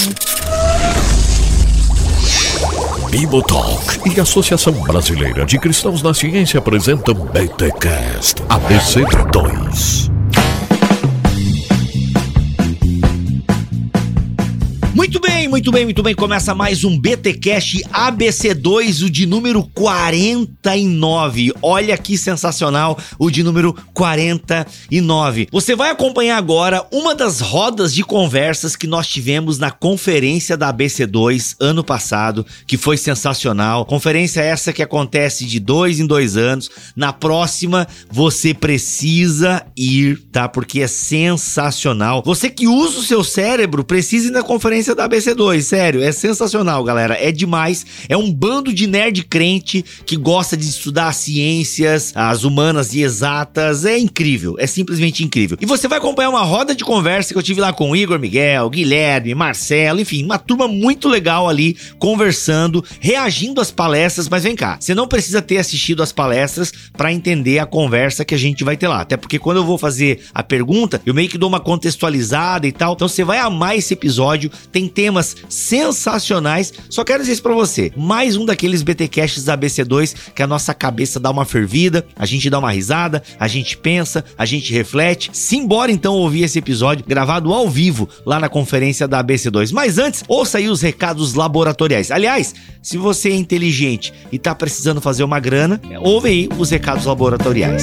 Bibotalk e a Associação Brasileira de Cristãos na Ciência apresentam BTcast ABC2. Muito bem. Começa mais um BTcast ABC2, o de número 49. Olha que sensacional, o de número 49. Você vai acompanhar agora uma das rodas de conversas que nós tivemos na conferência da ABC2 ano passado, que foi sensacional. Conferência essa que acontece de 2 em 2 anos. Na próxima, você precisa ir, tá? Porque é sensacional. Você que usa o seu cérebro, precisa ir na conferência da ABC2. Sério, é sensacional, galera, é demais. É um bando de nerd crente que gosta de estudar ciências, as humanas e exatas. É incrível, é simplesmente incrível. E você vai acompanhar uma roda de conversa que eu tive lá com o Igor Miguel, Guilherme, Marcelo, enfim, uma turma muito legal ali, conversando, reagindo às palestras. Mas vem cá, você não precisa ter assistido às palestras para entender a conversa que a gente vai ter lá, até porque quando eu vou fazer a pergunta, eu meio que dou uma contextualizada e tal. Então você vai amar esse episódio, tem temas sensacionais. Só quero dizer isso pra você, mais um daqueles BTcasts da ABC2 que a nossa cabeça dá uma fervida, a gente dá uma risada, a gente pensa, a gente reflete. Simbora então ouvir esse episódio gravado ao vivo lá na conferência da ABC2. Mas antes, ouça aí os recados laboratoriais. Aliás, se você é inteligente e tá precisando fazer uma grana, ouve aí os recados laboratoriais.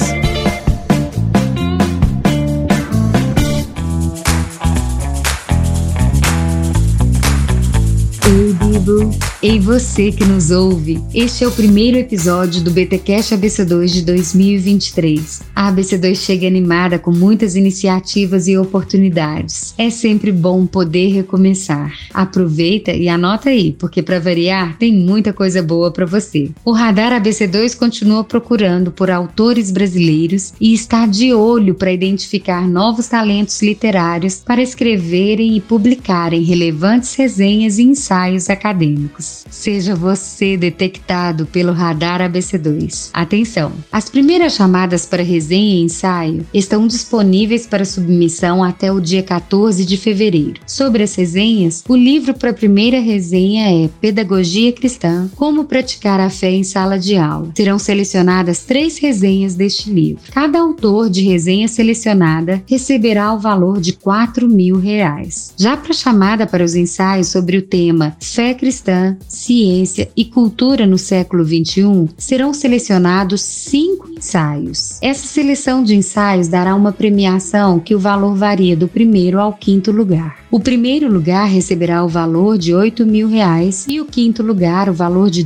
Ei você que nos ouve, este é o primeiro episódio do BTcast ABC2 de 2023. A ABC2 chega animada com muitas iniciativas e oportunidades. É sempre bom poder recomeçar. Aproveita e anota aí, porque para variar tem muita coisa boa para você. O Radar ABC2 continua procurando por autores brasileiros e está de olho para identificar novos talentos literários para escreverem e publicarem relevantes resenhas e ensaios acadêmicos. Seja você detectado pelo Radar ABC2. Atenção! As primeiras chamadas para resenha e ensaio estão disponíveis para submissão até o dia 14 de fevereiro. Sobre as resenhas, o livro para a primeira resenha é Pedagogia Cristã, Como Praticar a Fé em Sala de Aula. Serão selecionadas 3 resenhas deste livro. Cada autor de resenha selecionada receberá o valor de R$4.000. Já para a chamada para os ensaios sobre o tema Fé Cristã, Ciência e Cultura no século XXI, serão selecionados 5 ensaios. Essa seleção de ensaios dará uma premiação que o valor varia do 1º ao 5º lugar. O 1º lugar receberá o valor de R$8.000 e o 5º lugar o valor de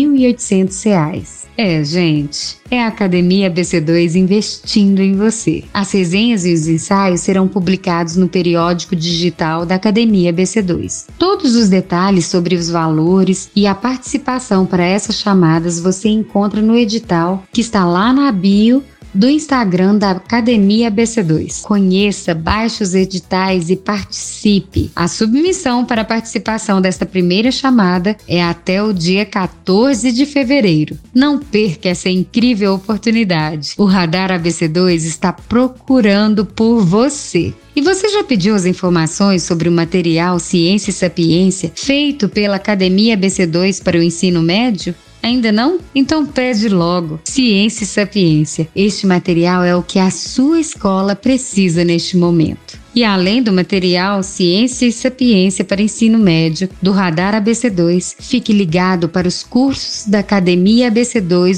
R$2.800. Gente, é a Academia ABC2 investindo em você. As resenhas e os ensaios serão publicados no periódico digital da Academia ABC2. Todos os detalhes sobre os valores e a participação para essas chamadas você encontra no edital que está lá na bio do Instagram da Academia ABC2. Conheça, baixe os editais e participe. A submissão para a participação desta primeira chamada é até o dia 14 de fevereiro. Não perca essa incrível oportunidade. O Radar ABC2 está procurando por você. E você já pediu as informações sobre o material Ciência e Sapiência feito pela Academia ABC2 para o ensino médio? Ainda não? Então pede logo. Ciência e Sapiência. Este material é o que a sua escola precisa neste momento. E além do material Ciência e Sapiência para ensino médio do Radar ABC2, fique ligado para os cursos da Academia ABC2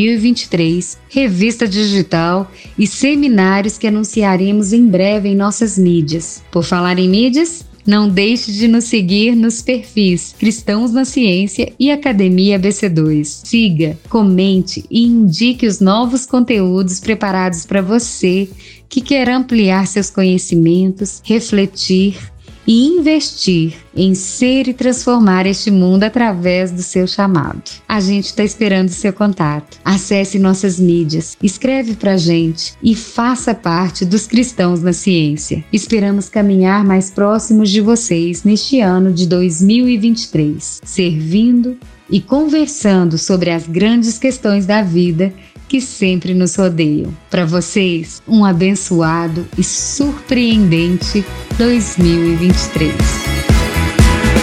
2023, revista digital e seminários que anunciaremos em breve em nossas mídias. Por falar em mídias, não deixe de nos seguir nos perfis Cristãos na Ciência e Academia ABC2. Siga, comente e indique os novos conteúdos preparados para você que quer ampliar seus conhecimentos, refletir e investir em ser e transformar este mundo através do seu chamado. A gente está esperando o seu contato. Acesse nossas mídias, escreve pra gente e faça parte dos Cristãos na Ciência. Esperamos caminhar mais próximos de vocês neste ano de 2023, servindo e conversando sobre as grandes questões da vida que sempre nos rodeiam. Para vocês, um abençoado e surpreendente 2023.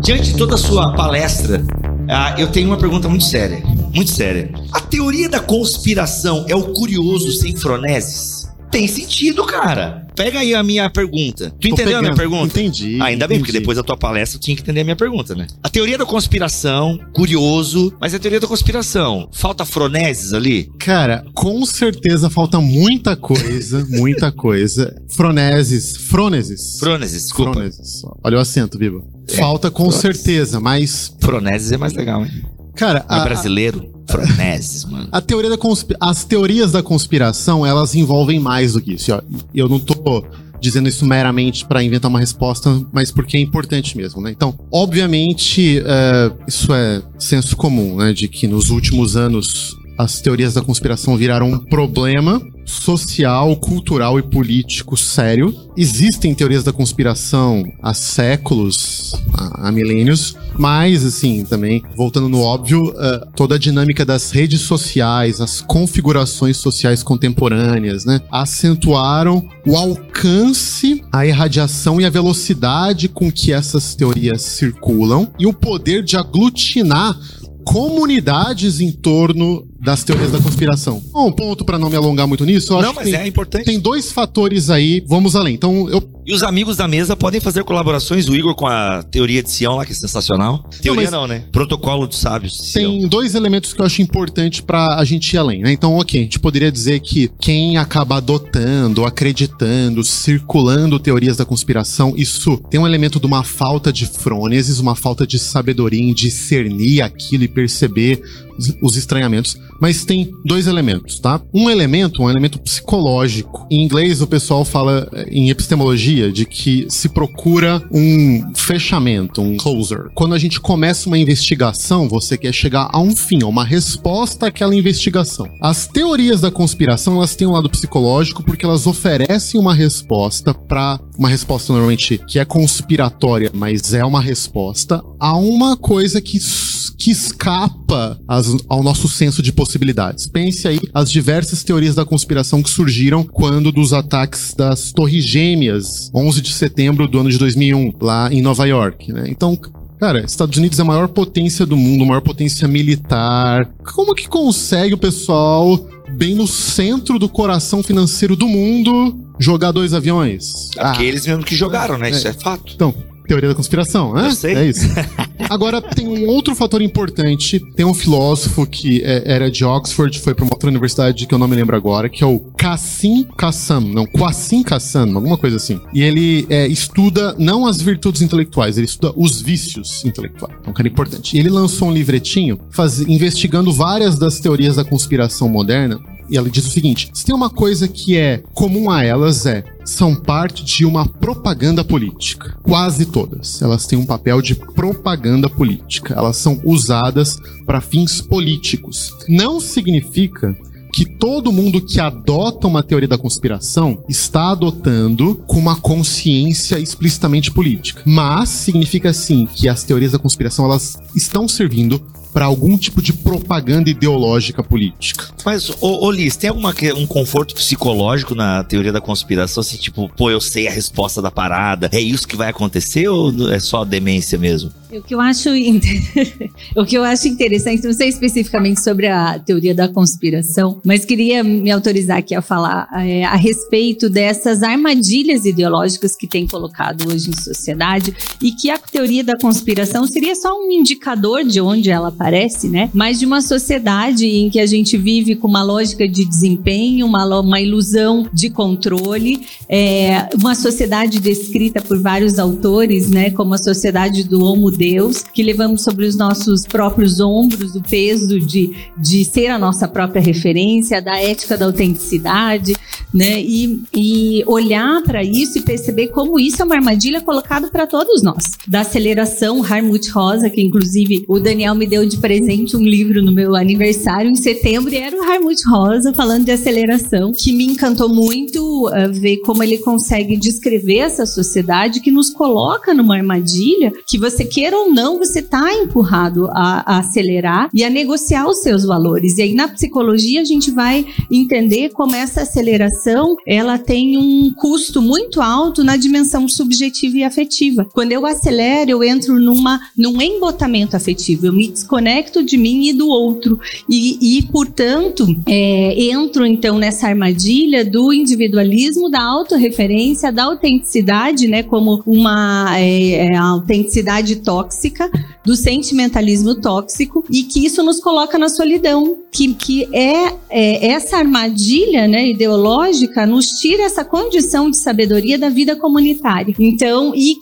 Diante de toda a sua palestra, eu tenho uma pergunta muito séria. Muito séria. A teoria da conspiração é o curioso sem froneses? Tem sentido, cara. Pega aí a minha pergunta. Tu entendeu a minha pergunta? Entendi. Ainda bem, porque depois da tua palestra eu tinha que entender a minha pergunta, né? A teoria da conspiração, curioso, mas a teoria da conspiração, falta froneses ali? Cara, com certeza falta muita coisa, muita coisa. Froneses, desculpa. Froneses. Olha o acento, Biba. Falta com certeza, mas... Froneses é mais legal, hein? Cara, é brasileiro. Froneses, mano. As teorias da conspiração, elas envolvem mais do que isso. Eu não tô dizendo isso meramente para inventar uma resposta, mas porque é importante mesmo, né? Então, obviamente, isso é senso comum, né? De que nos últimos anos as teorias da conspiração viraram um problema social, cultural e político sério. Existem teorias da conspiração há séculos, há milênios, mas, assim, também, voltando no óbvio, toda a dinâmica das redes sociais, as configurações sociais contemporâneas, né, acentuaram o alcance, a irradiação e a velocidade com que essas teorias circulam e o poder de aglutinar comunidades em torno das teorias da conspiração. Um ponto pra não me alongar muito nisso, eu acho que é importante. Tem dois fatores aí, vamos além. Então, E os amigos da mesa podem fazer colaborações, o Igor com a teoria de Sião lá, que é sensacional. Teoria não, né? Protocolo dos sábios de Sião. Tem dois elementos que eu acho importante pra a gente ir além, né? Então, ok, a gente poderia dizer que quem acaba adotando, acreditando, circulando teorias da conspiração, isso tem um elemento de uma falta de frônesis, uma falta de sabedoria em discernir aquilo e perceber os estranhamentos, mas tem dois elementos, tá? Um elemento psicológico. Em inglês, o pessoal fala em epistemologia de que se procura um fechamento, um closure. Quando a gente começa uma investigação, você quer chegar a um fim, a uma resposta àquela investigação. As teorias da conspiração, elas têm um lado psicológico porque elas oferecem uma resposta normalmente que é conspiratória, mas é uma resposta a uma coisa que escapa ao nosso senso de possibilidades. Pense aí as diversas teorias da conspiração que surgiram quando dos ataques das Torres Gêmeas, 11 de setembro do ano de 2001, lá em Nova York, né? Então, cara, Estados Unidos é a maior potência do mundo, a maior potência militar. Como que consegue o pessoal, bem no centro do coração financeiro do mundo, jogar 2 aviões? Aqueles mesmo que jogaram, né? Isso é fato. Então, teoria da conspiração, né? Eu sei. É isso. Agora, tem um outro fator importante. Tem um filósofo que era de Oxford, foi para uma outra universidade que eu não me lembro agora, que é o Qasim Qassam, alguma coisa assim. E ele estuda não as virtudes intelectuais, ele estuda os vícios intelectuais. É um cara importante. E ele lançou um livretinho investigando várias das teorias da conspiração moderna. E ela diz o seguinte: se tem uma coisa que é comum a elas são parte de uma propaganda política. Quase todas. Elas têm um papel de propaganda política. Elas são usadas para fins políticos. Não significa que todo mundo que adota uma teoria da conspiração está adotando com uma consciência explicitamente política. Mas significa sim que as teorias da conspiração, elas estão servindo para algum tipo de propaganda ideológica política. Mas, Liz, tem um conforto psicológico na teoria da conspiração? Assim, tipo, eu sei a resposta da parada, é isso que vai acontecer ou é só demência mesmo? O que eu acho interessante, não sei especificamente sobre a teoria da conspiração, mas queria me autorizar aqui a falar a respeito dessas armadilhas ideológicas que tem colocado hoje em sociedade e que a teoria da conspiração seria só um indicador de onde ela aparece, né? Mas de uma sociedade em que a gente vive com uma lógica de desempenho, uma ilusão de controle, uma sociedade descrita por vários autores, né, como a sociedade do Homo Deus, que levamos sobre os nossos próprios ombros o peso de ser a nossa própria referência, da ética da autenticidade, né, e olhar para isso e perceber como isso é uma armadilha colocada para todos nós. Da aceleração, Harmut Rosa, que inclusive o Daniel me deu de presente um livro no meu aniversário em setembro, e era o Harmut Rosa falando de aceleração, que me encantou muito ver como ele consegue descrever essa sociedade que nos coloca numa armadilha que você queira queira ou não, você está empurrado a acelerar e a negociar os seus valores. E aí na psicologia a gente vai entender como essa aceleração, ela tem um custo muito alto na dimensão subjetiva e afetiva. Quando eu acelero, eu entro num embotamento afetivo, eu me desconecto de mim e do outro. E portanto, entro então nessa armadilha do individualismo, da autorreferência, da autenticidade, né, como uma autenticidade tóxica, do sentimentalismo tóxico, e que isso nos coloca na solidão, que essa armadilha, né, ideológica nos tira essa condição de sabedoria da vida comunitária. Então, e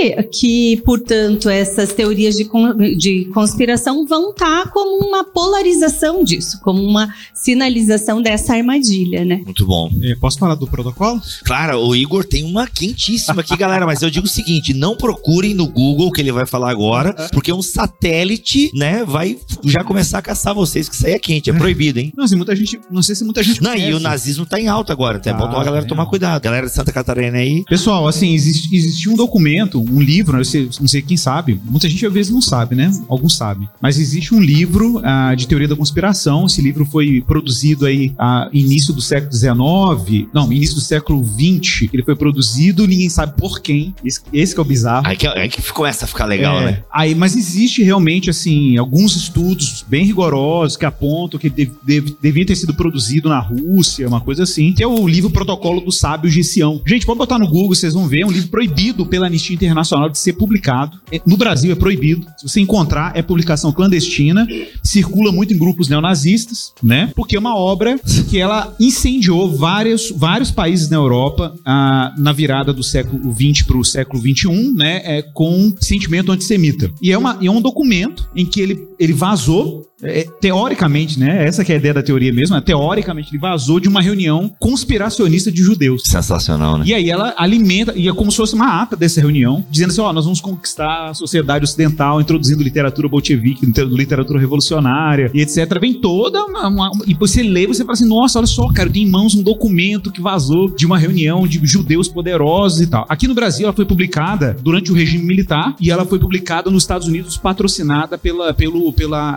que portanto, essas teorias de conspiração vão estar como uma polarização disso, como uma sinalização dessa armadilha, né? Muito bom. Posso falar do protocolo? Claro, o Igor tem uma quentíssima aqui, galera, mas eu digo o seguinte, não procurem no Google o que ele vai falar agora, porque um satélite, né, vai já começar a caçar vocês, que isso aí é quente, é proibido, hein? Não sei se muita gente conhece. E o nazismo tá em alta agora, então é bom a galera tomar cuidado. Galera de Santa Catarina aí. Pessoal, assim, existe um documento, um livro, não sei quem sabe, muita gente às vezes não sabe, né? Alguns sabem. Mas existe um livro de teoria da conspiração. Esse livro foi produzido aí início do século XIX, início do século XX. Ele foi produzido, ninguém sabe por quem. Esse que é o bizarro. Aí que começa a ficar legal, né? Mas existe realmente, assim, alguns estudos bem rigorosos que apontam que devia ter sido produzido na Rússia, uma coisa assim, que é o livro Protocolo do Sábio de Sião. Gente, pode botar no Google, vocês vão ver, é um livro proibido pela Anistia Internacional de ser publicado. No Brasil é proibido. Se você encontrar, é publicação clandestina, circula muito em grupos neonazistas, né? Porque é uma obra que ela incendiou vários países na Europa na virada do século XX para o século XXI, né? Com sentimento antissemita. E é um documento em que ele vazou, teoricamente, né? Essa que é a ideia da teoria mesmo, teoricamente ele vazou de uma reunião conspiracionista de judeus. Sensacional, né? E aí ela alimenta, e é como se fosse uma ata dessa reunião, dizendo assim, nós vamos conquistar a sociedade ocidental, introduzindo literatura bolchevique, literatura revolucionária, e etc. Vem toda e você lê, você fala assim, nossa, olha só, cara, eu tenho em mãos um documento que vazou de uma reunião de judeus poderosos e tal. Aqui no Brasil ela foi publicada durante o regime militar, e ela foi publicada nos Estados Unidos, patrocinada pelo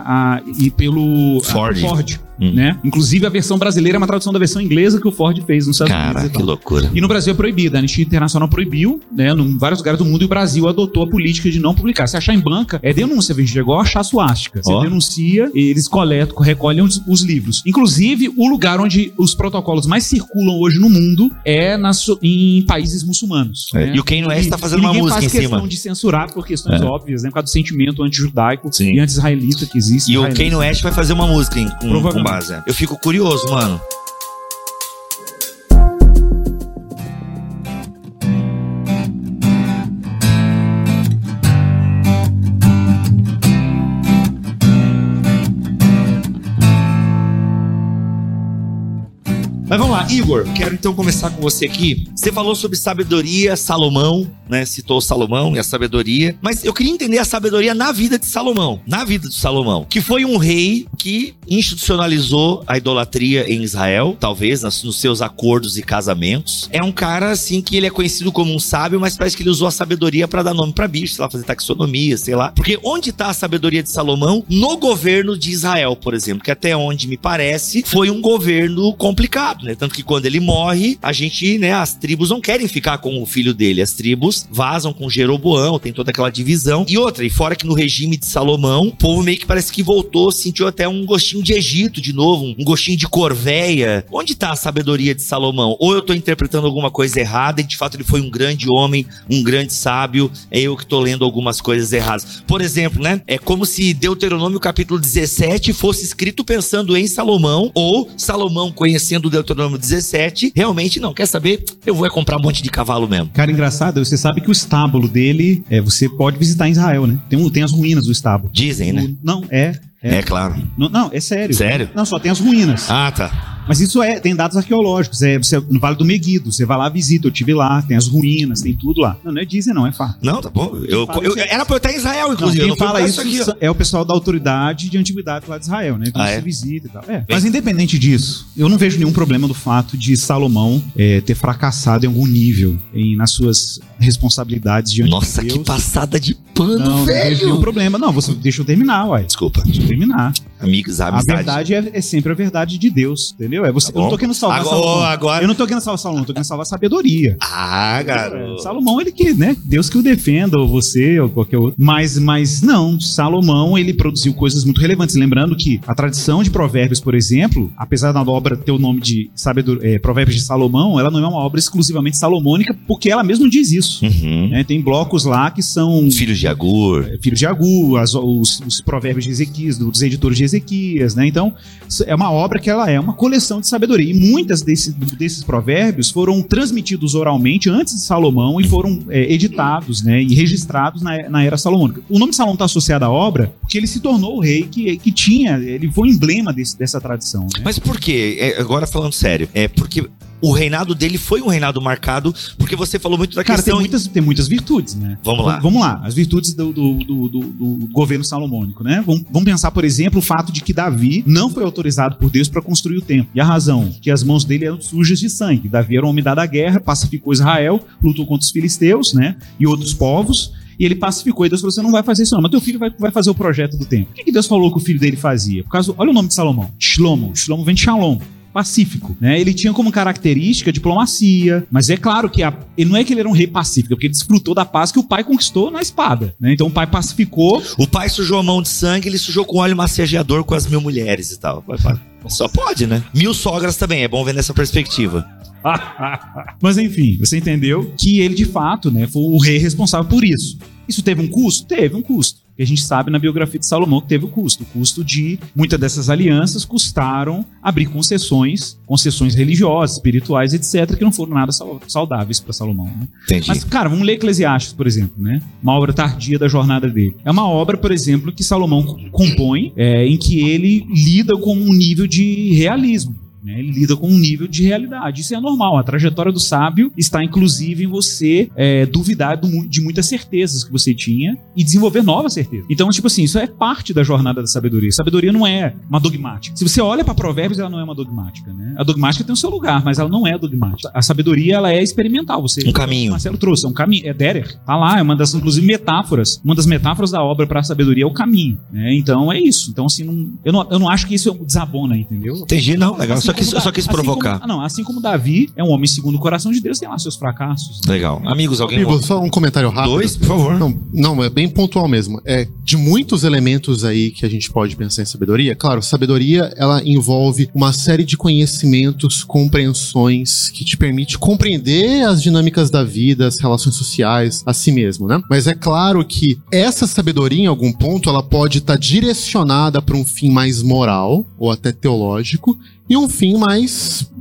Ford. Né? Inclusive a versão brasileira é uma tradução da versão inglesa que o Ford fez nos Estados Unidos. Cara, que loucura. E no Brasil é proibida. A Anistia Internacional proibiu, né, em vários lugares do mundo, e o Brasil adotou a política de não publicar. Se achar em banca, é denúncia, é igual achar suástica. Você denuncia, eles recolhem os livros. Inclusive, o lugar onde os protocolos mais circulam hoje no mundo é em países muçulmanos. Né? E o Kanye West tá fazendo uma música em cima. Ninguém faz questão de censurar por questões óbvias, né, por causa do sentimento anti-judaico e anti-israelita que existe. E o Kanye West vai fazer uma música com base. Eu fico curioso, mano. Mas vamos lá, Igor, quero então começar com você aqui. Você falou sobre sabedoria, Salomão, né? Citou Salomão e a sabedoria. Mas eu queria entender a sabedoria na vida de Salomão. Na vida de Salomão. Que foi um rei que institucionalizou a idolatria em Israel, talvez, nos seus acordos e casamentos. É um cara, assim, que ele é conhecido como um sábio, mas parece que ele usou a sabedoria pra dar nome pra bicho, sei lá, fazer taxonomia, sei lá. Porque onde tá a sabedoria de Salomão? No governo de Israel, por exemplo, que até onde me parece, foi um governo complicado. Né? Tanto que quando ele morre, a gente, né, as tribos não querem ficar com o filho dele. As tribos vazam com Jeroboão, tem toda aquela divisão. E outra, e fora que no regime de Salomão, o povo meio que parece que voltou, sentiu até um gostinho de Egito de novo, um gostinho de Corvéia. Onde tá a sabedoria de Salomão? Ou eu tô interpretando alguma coisa errada e de fato ele foi um grande homem, um grande sábio, é eu que tô lendo algumas coisas erradas. Por exemplo, né, é como se Deuteronômio capítulo 17 fosse escrito pensando em Salomão, ou Salomão conhecendo Deuteronômio 17, realmente não, quer saber? Eu vou comprar um monte de cavalo mesmo. Cara, engraçado, você sabe que o estábulo dele, você pode visitar em Israel, né? Tem as ruínas do estábulo. Dizem, né? Não, É claro. Não, é sério. Sério? Não, só tem as ruínas. Ah, tá. Mas isso tem dados arqueológicos. Você no Vale do Meguido, você vai lá, visita. Eu tive lá, tem as ruínas, tem tudo lá. Não é Disney, não, é fato. Não, tá bom. Era pra eu estar em Israel, inclusive. Quem fala isso aqui, é o pessoal da autoridade de antiguidade lá de Israel, né? Então você visita e tal. Mas independente disso, eu não vejo nenhum problema do fato de Salomão ter fracassado em algum nível nas suas responsabilidades diante de Deus. Nossa, que passada de pano, Não velho. vejo nenhum problema. Não, você deixa eu terminar, uai. Desculpa. Deixa eu terminar. Amigos, a A verdade é sempre a verdade de Deus, entendeu? É você, Tá eu não bom. tô querendo salvar Agora- Salomão. agora- Eu não tô querendo salvar Salomão, eu tô querendo salvar a sabedoria. Ah, garoto. Salomão, ele que, né? Deus que o defenda, ou você, ou qualquer outro. Mas não, Salomão, ele produziu coisas muito relevantes. Lembrando que a tradição de Provérbios, por exemplo, apesar da obra ter o nome de Provérbios de Salomão, ela não é uma obra exclusivamente salomônica, porque ela mesma diz isso. Uhum. Né? Tem blocos lá que são Filhos de Agur. filhos de Agur, os provérbios de Ezequias, dos editores de Ezequias, né? Então, é uma obra que ela é uma coleção de sabedoria. E muitas desses provérbios foram transmitidos oralmente antes de Salomão e foram editados, né? E registrados na era salomônica. O nome de Salomão está associado à obra porque ele se tornou o rei que tinha, ele foi um emblema dessa tradição, né? Mas por quê? Agora falando sério, é porque o reinado dele foi um reinado marcado, porque você falou muito da Cara, questão... tem muitas virtudes, né? Vamos lá. Vamos lá, as virtudes do governo salomônico, né? Vamos pensar, por exemplo, o fato de que Davi não foi autorizado por Deus para construir o templo. E a razão? Que as mãos dele eram sujas de sangue. Davi era um homem dado à guerra, pacificou Israel, lutou contra os filisteus, né? E outros povos. E ele pacificou, e Deus falou, você não vai fazer isso não, mas teu filho vai fazer o projeto do templo. O que Deus falou que o filho dele fazia? Por causa, olha o nome de Salomão, Shlomo vem de Shalom. Pacífico, né? Ele tinha como característica a diplomacia, mas é claro que ele não é que ele era um rei pacífico, é porque ele desfrutou da paz que o pai conquistou na espada, né? Então o pai pacificou. O pai sujou a mão de sangue, ele sujou com óleo massageador com as 1000 mulheres e tal. Só pode, né? 1000 sogras também, é bom ver nessa perspectiva. Mas enfim, você entendeu que ele de fato, né, foi o rei responsável por isso. Isso teve um custo? Teve um custo. E a gente sabe na biografia de Salomão que teve o custo. O custo de muitas dessas alianças custaram abrir concessões religiosas, espirituais, etc., que não foram nada saudáveis para Salomão, né? Entendi. Mas, cara, vamos ler Eclesiastes, por exemplo, né? Uma obra tardia da jornada dele. É uma obra, por exemplo, que Salomão compõe, em que ele lida com um nível de realismo. Ele lida com um nível de realidade. Isso é normal. A trajetória do sábio está, inclusive, em você duvidar de muitas certezas que você tinha e desenvolver novas certezas. Então, tipo assim, isso é parte da jornada da sabedoria. Sabedoria não é uma dogmática. Se você olha para Provérbios, ela não é uma dogmática, né? A dogmática tem o seu lugar, mas ela não é dogmática. A sabedoria, ela é experimental. Um caminho. O Marcelo trouxe, é um caminho. É Derer. Tá lá, é uma das, inclusive, metáforas. Uma das metáforas da obra para a sabedoria é o caminho, né? Então, é isso. Então, assim, eu não acho que isso desabona, entendeu? Entendi, não. Legal. Só quis provocar. Assim como Davi é um homem segundo o coração de Deus, tem lá seus fracassos. Legal. Amigos, alguém... Amigo, só um comentário rápido. 2, por favor. Não, é bem pontual mesmo. De muitos elementos aí que a gente pode pensar em sabedoria, claro, sabedoria, ela envolve uma série de conhecimentos, compreensões, que te permite compreender as dinâmicas da vida, as relações sociais, a si mesmo, né? Mas é claro que essa sabedoria, em algum ponto, ela pode estar direcionada para um fim mais moral, ou até teológico, e um fim mais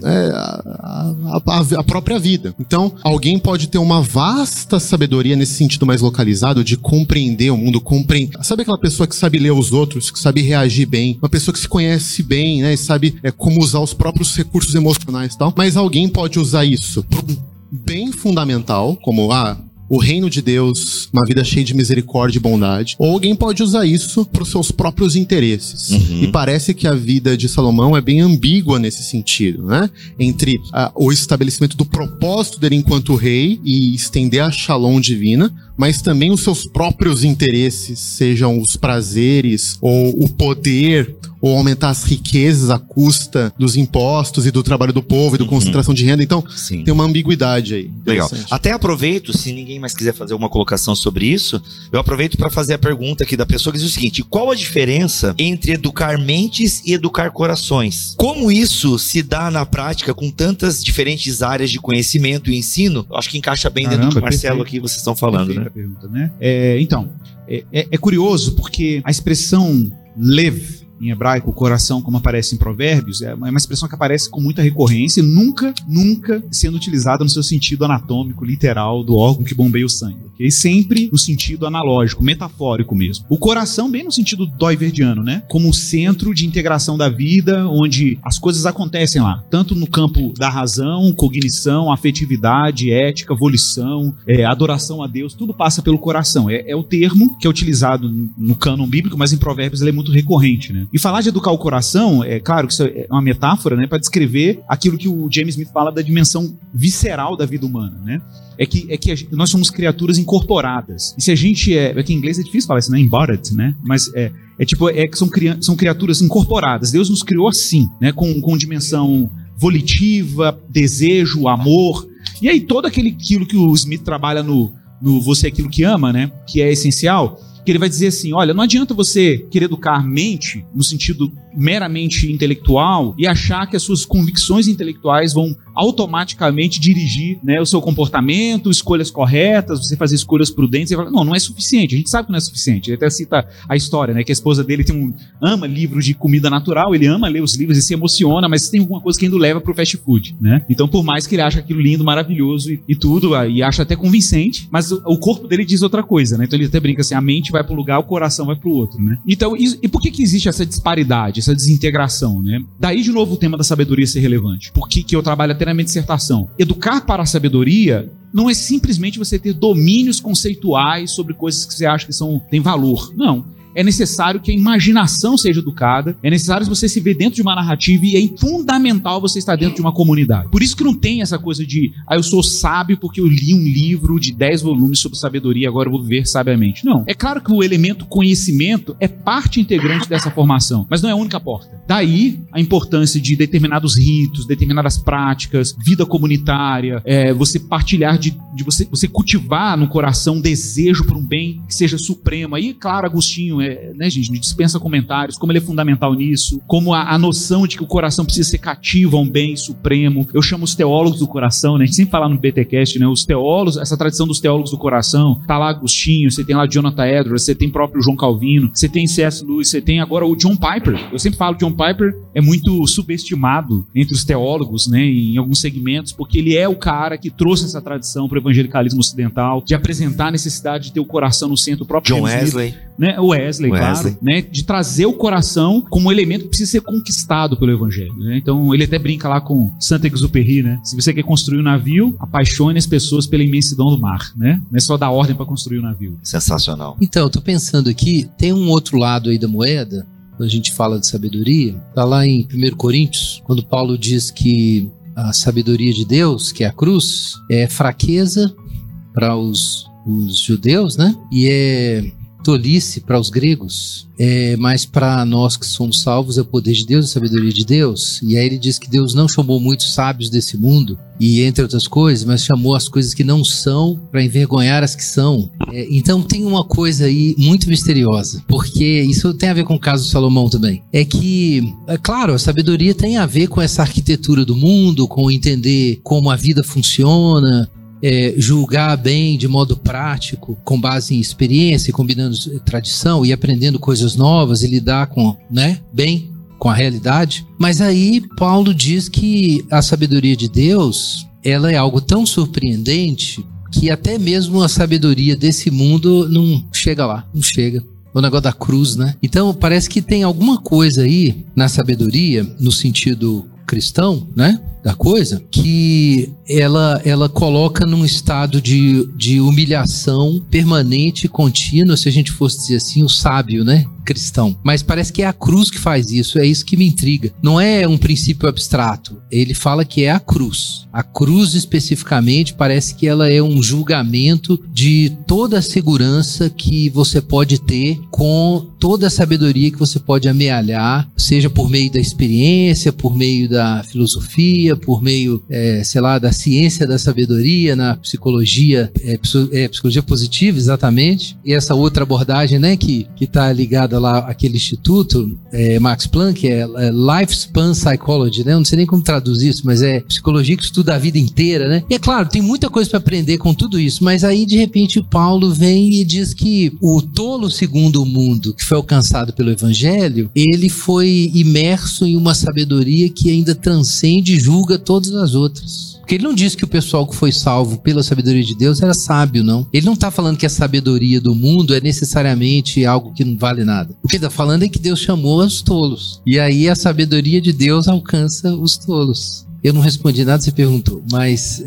a própria vida. Então, alguém pode ter uma vasta sabedoria nesse sentido mais localizado de compreender o mundo, sabe aquela pessoa que sabe ler os outros, que sabe reagir bem, uma pessoa que se conhece bem, né, e sabe como usar os próprios recursos emocionais e tal, mas alguém pode usar isso para um bem fundamental, como o reino de Deus, uma vida cheia de misericórdia e bondade. Ou alguém pode usar isso para os seus próprios interesses. Uhum. E parece que a vida de Salomão é bem ambígua nesse sentido, né? Entre o estabelecimento do propósito dele enquanto rei e estender a shalom divina, mas também os seus próprios interesses, sejam os prazeres ou o poder, ou aumentar as riquezas à custa dos impostos e do trabalho do povo e da concentração de renda. Então, Sim. Tem uma ambiguidade aí. Legal. Até aproveito, se ninguém mais quiser fazer uma colocação sobre isso, eu aproveito para fazer a pergunta aqui da pessoa que diz o seguinte: qual a diferença entre educar mentes e educar corações? Como isso se dá na prática com tantas diferentes áreas de conhecimento e ensino? Eu acho que encaixa bem dentro do que Marcelo aqui vocês estão falando, né? Pergunta, né? Então, é curioso porque a expressão lev, em hebraico, coração, como aparece em Provérbios, é uma expressão que aparece com muita recorrência, nunca sendo utilizada no seu sentido anatômico, literal, do órgão que bombeia o sangue. Okay? Sempre no sentido analógico, metafórico mesmo. O coração bem no sentido doiverdiano, né? Como o centro de integração da vida, onde as coisas acontecem lá, tanto no campo da razão, cognição, afetividade, ética, volição, adoração a Deus, tudo passa pelo coração. É o termo que é utilizado no cânon bíblico, mas em Provérbios ele é muito recorrente, né? E falar de educar o coração, é claro que isso é uma metáfora, né, para descrever aquilo que o James Smith fala da dimensão visceral da vida humana, né? É que nós somos criaturas incorporadas. E se a gente é que em inglês é difícil falar isso, né? Embodied, né? Mas que são criaturas incorporadas. Deus nos criou assim, né? Com dimensão volitiva, desejo, amor. E aí todo aquilo que o Smith trabalha no Você é Aquilo que Ama, né? Que é essencial. Que ele vai dizer assim, olha, não adianta você querer educar a mente no sentido meramente intelectual e achar que as suas convicções intelectuais vão automaticamente dirigir, né, o seu comportamento, escolhas corretas, você fazer escolhas prudentes. Não é suficiente, a gente sabe que não é suficiente. Ele até cita a história, né, que a esposa dele ama livros de comida natural, ele ama ler os livros e se emociona, mas tem alguma coisa que ainda leva pro fast food, né? Então, por mais que ele ache aquilo lindo, maravilhoso e tudo, e acha até convincente, mas o corpo dele diz outra coisa, né? Então ele até brinca assim, a mente vai para um lugar, o coração vai para o outro, né? Então, e por que existe essa disparidade, essa desintegração, né? Daí, de novo, o tema da sabedoria ser relevante. Por que eu trabalho até na minha dissertação? Educar para a sabedoria não é simplesmente você ter domínios conceituais sobre coisas que você acha que têm valor. Não. É necessário que a imaginação seja educada, é necessário você se ver dentro de uma narrativa e é fundamental você estar dentro de uma comunidade. Por isso que não tem essa coisa de, eu sou sábio porque eu li um livro de 10 volumes sobre sabedoria, agora eu vou viver sabiamente. Não. É claro que o elemento conhecimento é parte integrante dessa formação, mas não é a única porta. Daí a importância de determinados ritos, determinadas práticas, vida comunitária, você partilhar de você cultivar no coração um desejo por um bem que seja supremo. Aí, claro, Agostinho, né, gente, dispensa comentários, como ele é fundamental nisso, como a noção de que o coração precisa ser cativo a um bem supremo. Eu chamo os teólogos do coração, né, a gente sempre fala no BTcast, né, os teólogos, essa tradição dos teólogos do coração, tá lá Agostinho, você tem lá Jonathan Edwards, você tem próprio João Calvino, você tem C.S. Lewis, você tem agora o John Piper. Eu sempre falo que John Piper é muito subestimado entre os teólogos, né, em alguns segmentos, porque ele é o cara que trouxe essa tradição para o evangelicalismo ocidental, de apresentar a necessidade de ter o coração no centro, o próprio John Wesley, né, o Wesley, claro, né, de trazer o coração como um elemento que precisa ser conquistado pelo evangelho, né? Então ele até brinca lá com Saint-Exupéry, né? Se você quer construir um navio, apaixone as pessoas pela imensidão do mar, né? Não é só dar ordem para construir um navio. Sensacional. Então, eu tô pensando aqui, tem um outro lado aí da moeda, quando a gente fala de sabedoria, tá lá em 1 Coríntios, quando Paulo diz que a sabedoria de Deus, que é a cruz, é fraqueza para os judeus, né? E é tolice para os gregos, mas para nós que somos salvos é o poder de Deus, a sabedoria de Deus. E aí ele diz que Deus não chamou muitos sábios desse mundo, e entre outras coisas, mas chamou as coisas que não são para envergonhar as que são. Então tem uma coisa aí muito misteriosa, porque isso tem a ver com o caso de Salomão também. É que, claro, a sabedoria tem a ver com essa arquitetura do mundo, com entender como a vida funciona, julgar bem de modo prático, com base em experiência, combinando tradição e aprendendo coisas novas e lidar com, né, bem com a realidade. Mas aí Paulo diz que a sabedoria de Deus, ela é algo tão surpreendente que até mesmo a sabedoria desse mundo não chega lá, não chega. O negócio da cruz, né? Então parece que tem alguma coisa aí na sabedoria, no sentido cristão, né, da coisa, que ela coloca num estado de humilhação permanente e contínua, se a gente fosse dizer assim, o sábio, né, cristão. Mas parece que é a cruz que faz isso, é isso que me intriga. Não é um princípio abstrato, ele fala que é a cruz. A cruz especificamente parece que ela é um julgamento de toda a segurança que você pode ter com toda a sabedoria que você pode amealhar, seja por meio da experiência, por meio da filosofia, por meio, sei lá, da ciência da sabedoria, na psicologia, psicologia positiva, exatamente. E essa outra abordagem, né, que está ligada lá àquele instituto, Max Planck, Lifespan Psychology, né? Eu não sei nem como traduzir isso, mas é psicologia que estuda a vida inteira, né? E é claro, tem muita coisa para aprender com tudo isso, mas aí de repente o Paulo vem e diz que o tolo segundo o mundo, que foi alcançado pelo evangelho, ele foi imerso em uma sabedoria que ainda transcende e julga todas as outras. Porque ele não diz que o pessoal que foi salvo pela sabedoria de Deus era sábio, não. Ele não está falando que a sabedoria do mundo é necessariamente algo que não vale nada. O que ele está falando é que Deus chamou os tolos. E aí a sabedoria de Deus alcança os tolos. Eu não respondi nada, você perguntou, mas...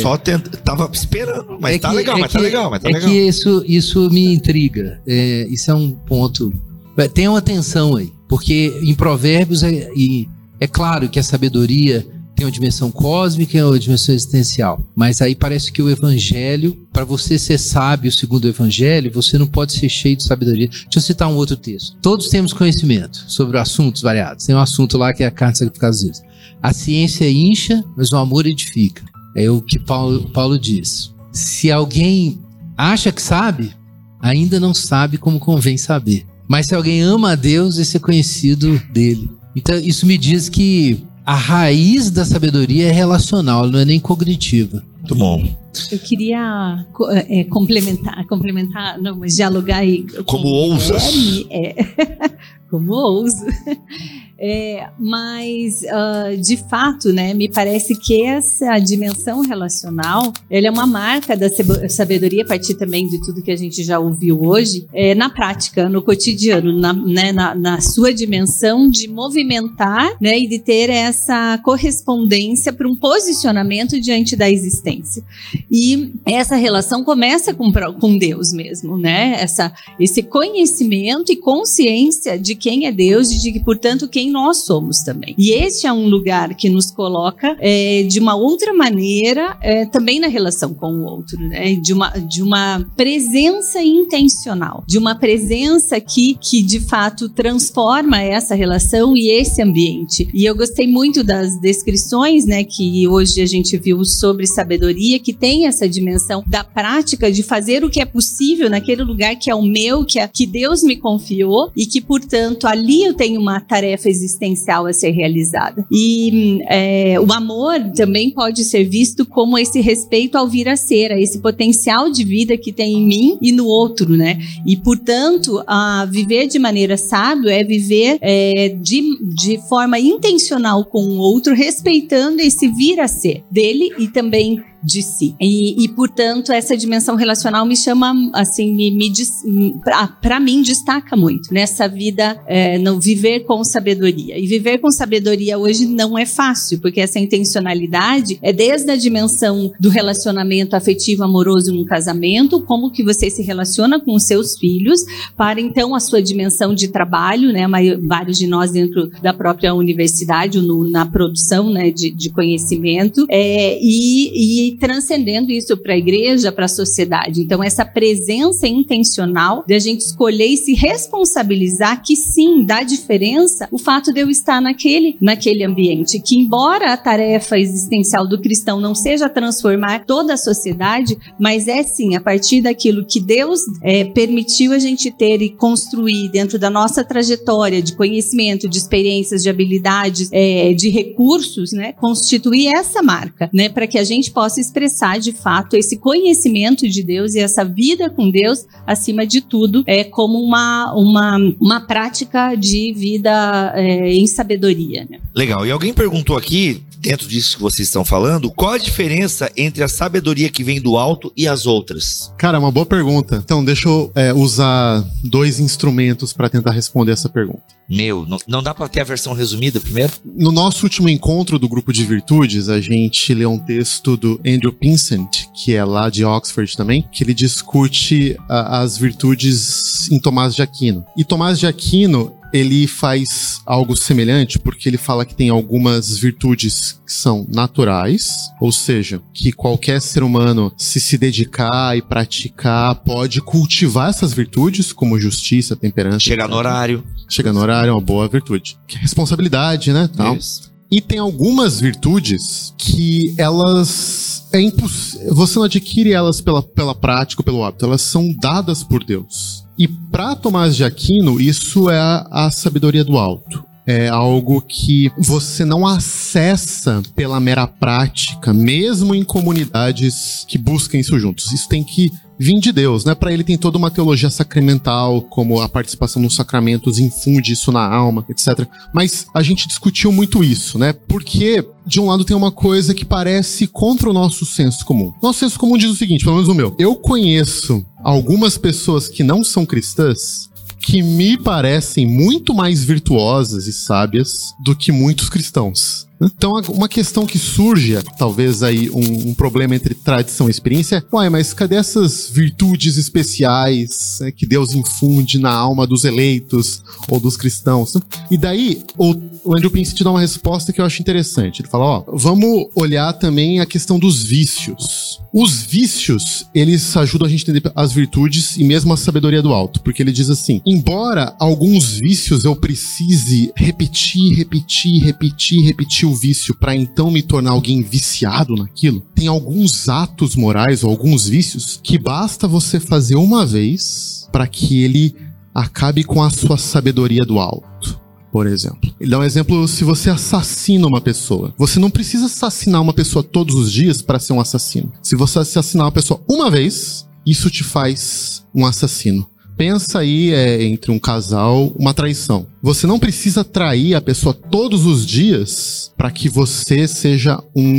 Tava esperando, mas tá legal, mas tá legal. É que isso me intriga. Isso é um ponto... Tenham atenção aí. Porque em Provérbios é claro que a sabedoria tem uma dimensão cósmica e uma dimensão existencial. Mas aí parece que o evangelho, para você ser sábio segundo o evangelho, você não pode ser cheio de sabedoria. Deixa eu citar um outro texto. Todos temos conhecimento sobre assuntos variados. Tem um assunto lá que é a carne sacrificada às vezes. A ciência incha, mas o amor edifica. É o que Paulo diz. Se alguém acha que sabe, ainda não sabe como convém saber. Mas se alguém ama a Deus, esse é conhecido dele. Então isso me diz que a raiz da sabedoria é relacional, ela não é nem cognitiva. Muito bom. Eu queria complementar, não, mas dialogar aí. Como ousas? Como ouso. Mas, de fato, né, me parece que essa dimensão relacional, ela é uma marca da sabedoria, a partir também de tudo que a gente já ouviu hoje, na prática, no cotidiano, na sua dimensão de movimentar, né, e de ter essa correspondência para um posicionamento diante da existência. E essa relação começa com Deus mesmo, né? Esse conhecimento e consciência de quem é Deus e de que, portanto, quem nós somos também. E este é um lugar que nos coloca de uma outra maneira também na relação com o outro, né? De uma presença intencional, de uma presença que de fato transforma essa relação e esse ambiente. E eu gostei muito das descrições, né, que hoje a gente viu sobre sabedoria, que tem essa dimensão da prática de fazer o que é possível naquele lugar que é o meu, que Deus me confiou e que, portanto, ali eu tenho uma tarefa existencial a ser realizada. E o amor também pode ser visto como esse respeito ao vir a ser, a esse potencial de vida que tem em mim e no outro, né? E, portanto, viver de maneira sábia é viver de forma intencional com o outro, respeitando esse vir a ser dele e também de si. E portanto, essa dimensão relacional me chama, assim, para mim, destaca muito nessa vida, não viver com sabedoria. E viver com sabedoria hoje não é fácil, porque essa intencionalidade é desde a dimensão do relacionamento afetivo amoroso num casamento, como que você se relaciona com os seus filhos, para então a sua dimensão de trabalho, né? Vários de nós dentro da própria universidade, na produção, né, de conhecimento, e transcendendo isso para a igreja, para a sociedade. Então, essa presença intencional de a gente escolher e se responsabilizar que sim, dá diferença o fato de eu estar naquele ambiente, que embora a tarefa existencial do cristão não seja transformar toda a sociedade, mas sim, a partir daquilo que Deus permitiu a gente ter e construir dentro da nossa trajetória de conhecimento, de experiências, de habilidades, de recursos, né, constituir essa marca, né, para que a gente possa expressar de fato esse conhecimento de Deus e essa vida com Deus, acima de tudo, como uma prática de vida em sabedoria, né? Legal. E alguém perguntou aqui, dentro disso que vocês estão falando, qual a diferença entre a sabedoria que vem do alto e as outras? Cara, uma boa pergunta. Então, deixa eu usar 2 instrumentos para tentar responder essa pergunta. Não dá para ter a versão resumida primeiro? No nosso último encontro do Grupo de Virtudes, a gente leu um texto do Andrew Pinsent, que é lá de Oxford também, que ele discute as virtudes em Tomás de Aquino. E Tomás de Aquino, ele faz algo semelhante, porque ele fala que tem algumas virtudes que são naturais, ou seja, que qualquer ser humano, se dedicar e praticar, pode cultivar essas virtudes, como justiça, temperança. Chegar no horário. Chegar no horário é uma boa virtude. Que é responsabilidade, né? Tal. E tem algumas virtudes que elas... você não adquire elas pela prática, pelo hábito. Elas são dadas por Deus. E para Tomás de Aquino, isso é a sabedoria do alto. É algo que você não acessa pela mera prática, mesmo em comunidades que buscam isso juntos. Isso tem que vir de Deus, né? Para ele tem toda uma teologia sacramental, como a participação nos sacramentos infunde isso na alma, etc. Mas a gente discutiu muito isso, né? Porque, de um lado, tem uma coisa que parece contra o nosso senso comum. Nosso senso comum diz o seguinte, pelo menos o meu. Eu conheço algumas pessoas que não são cristãs que me parecem muito mais virtuosas e sábias do que muitos cristãos. Então, uma questão que surge, talvez aí um problema entre tradição e experiência é, uai, mas cadê essas virtudes especiais, né, que Deus infunde na alma dos eleitos ou dos cristãos? E daí, o Andrew Pink te dá uma resposta que eu acho interessante. Ele fala, ó, vamos olhar também a questão dos vícios. Os vícios, eles ajudam a gente a entender as virtudes e mesmo a sabedoria do alto, porque ele diz assim, embora alguns vícios eu precise repetir o vício para então me tornar alguém viciado naquilo, tem alguns atos morais ou alguns vícios que basta você fazer uma vez para que ele acabe com a sua sabedoria do alto. Por exemplo, ele dá um exemplo, se você assassina uma pessoa, você não precisa assassinar uma pessoa todos os dias para ser um assassino. Se você assassinar uma pessoa uma vez, isso te faz um assassino. Pensa aí entre um casal, uma traição. Você não precisa trair a pessoa todos os dias para que você seja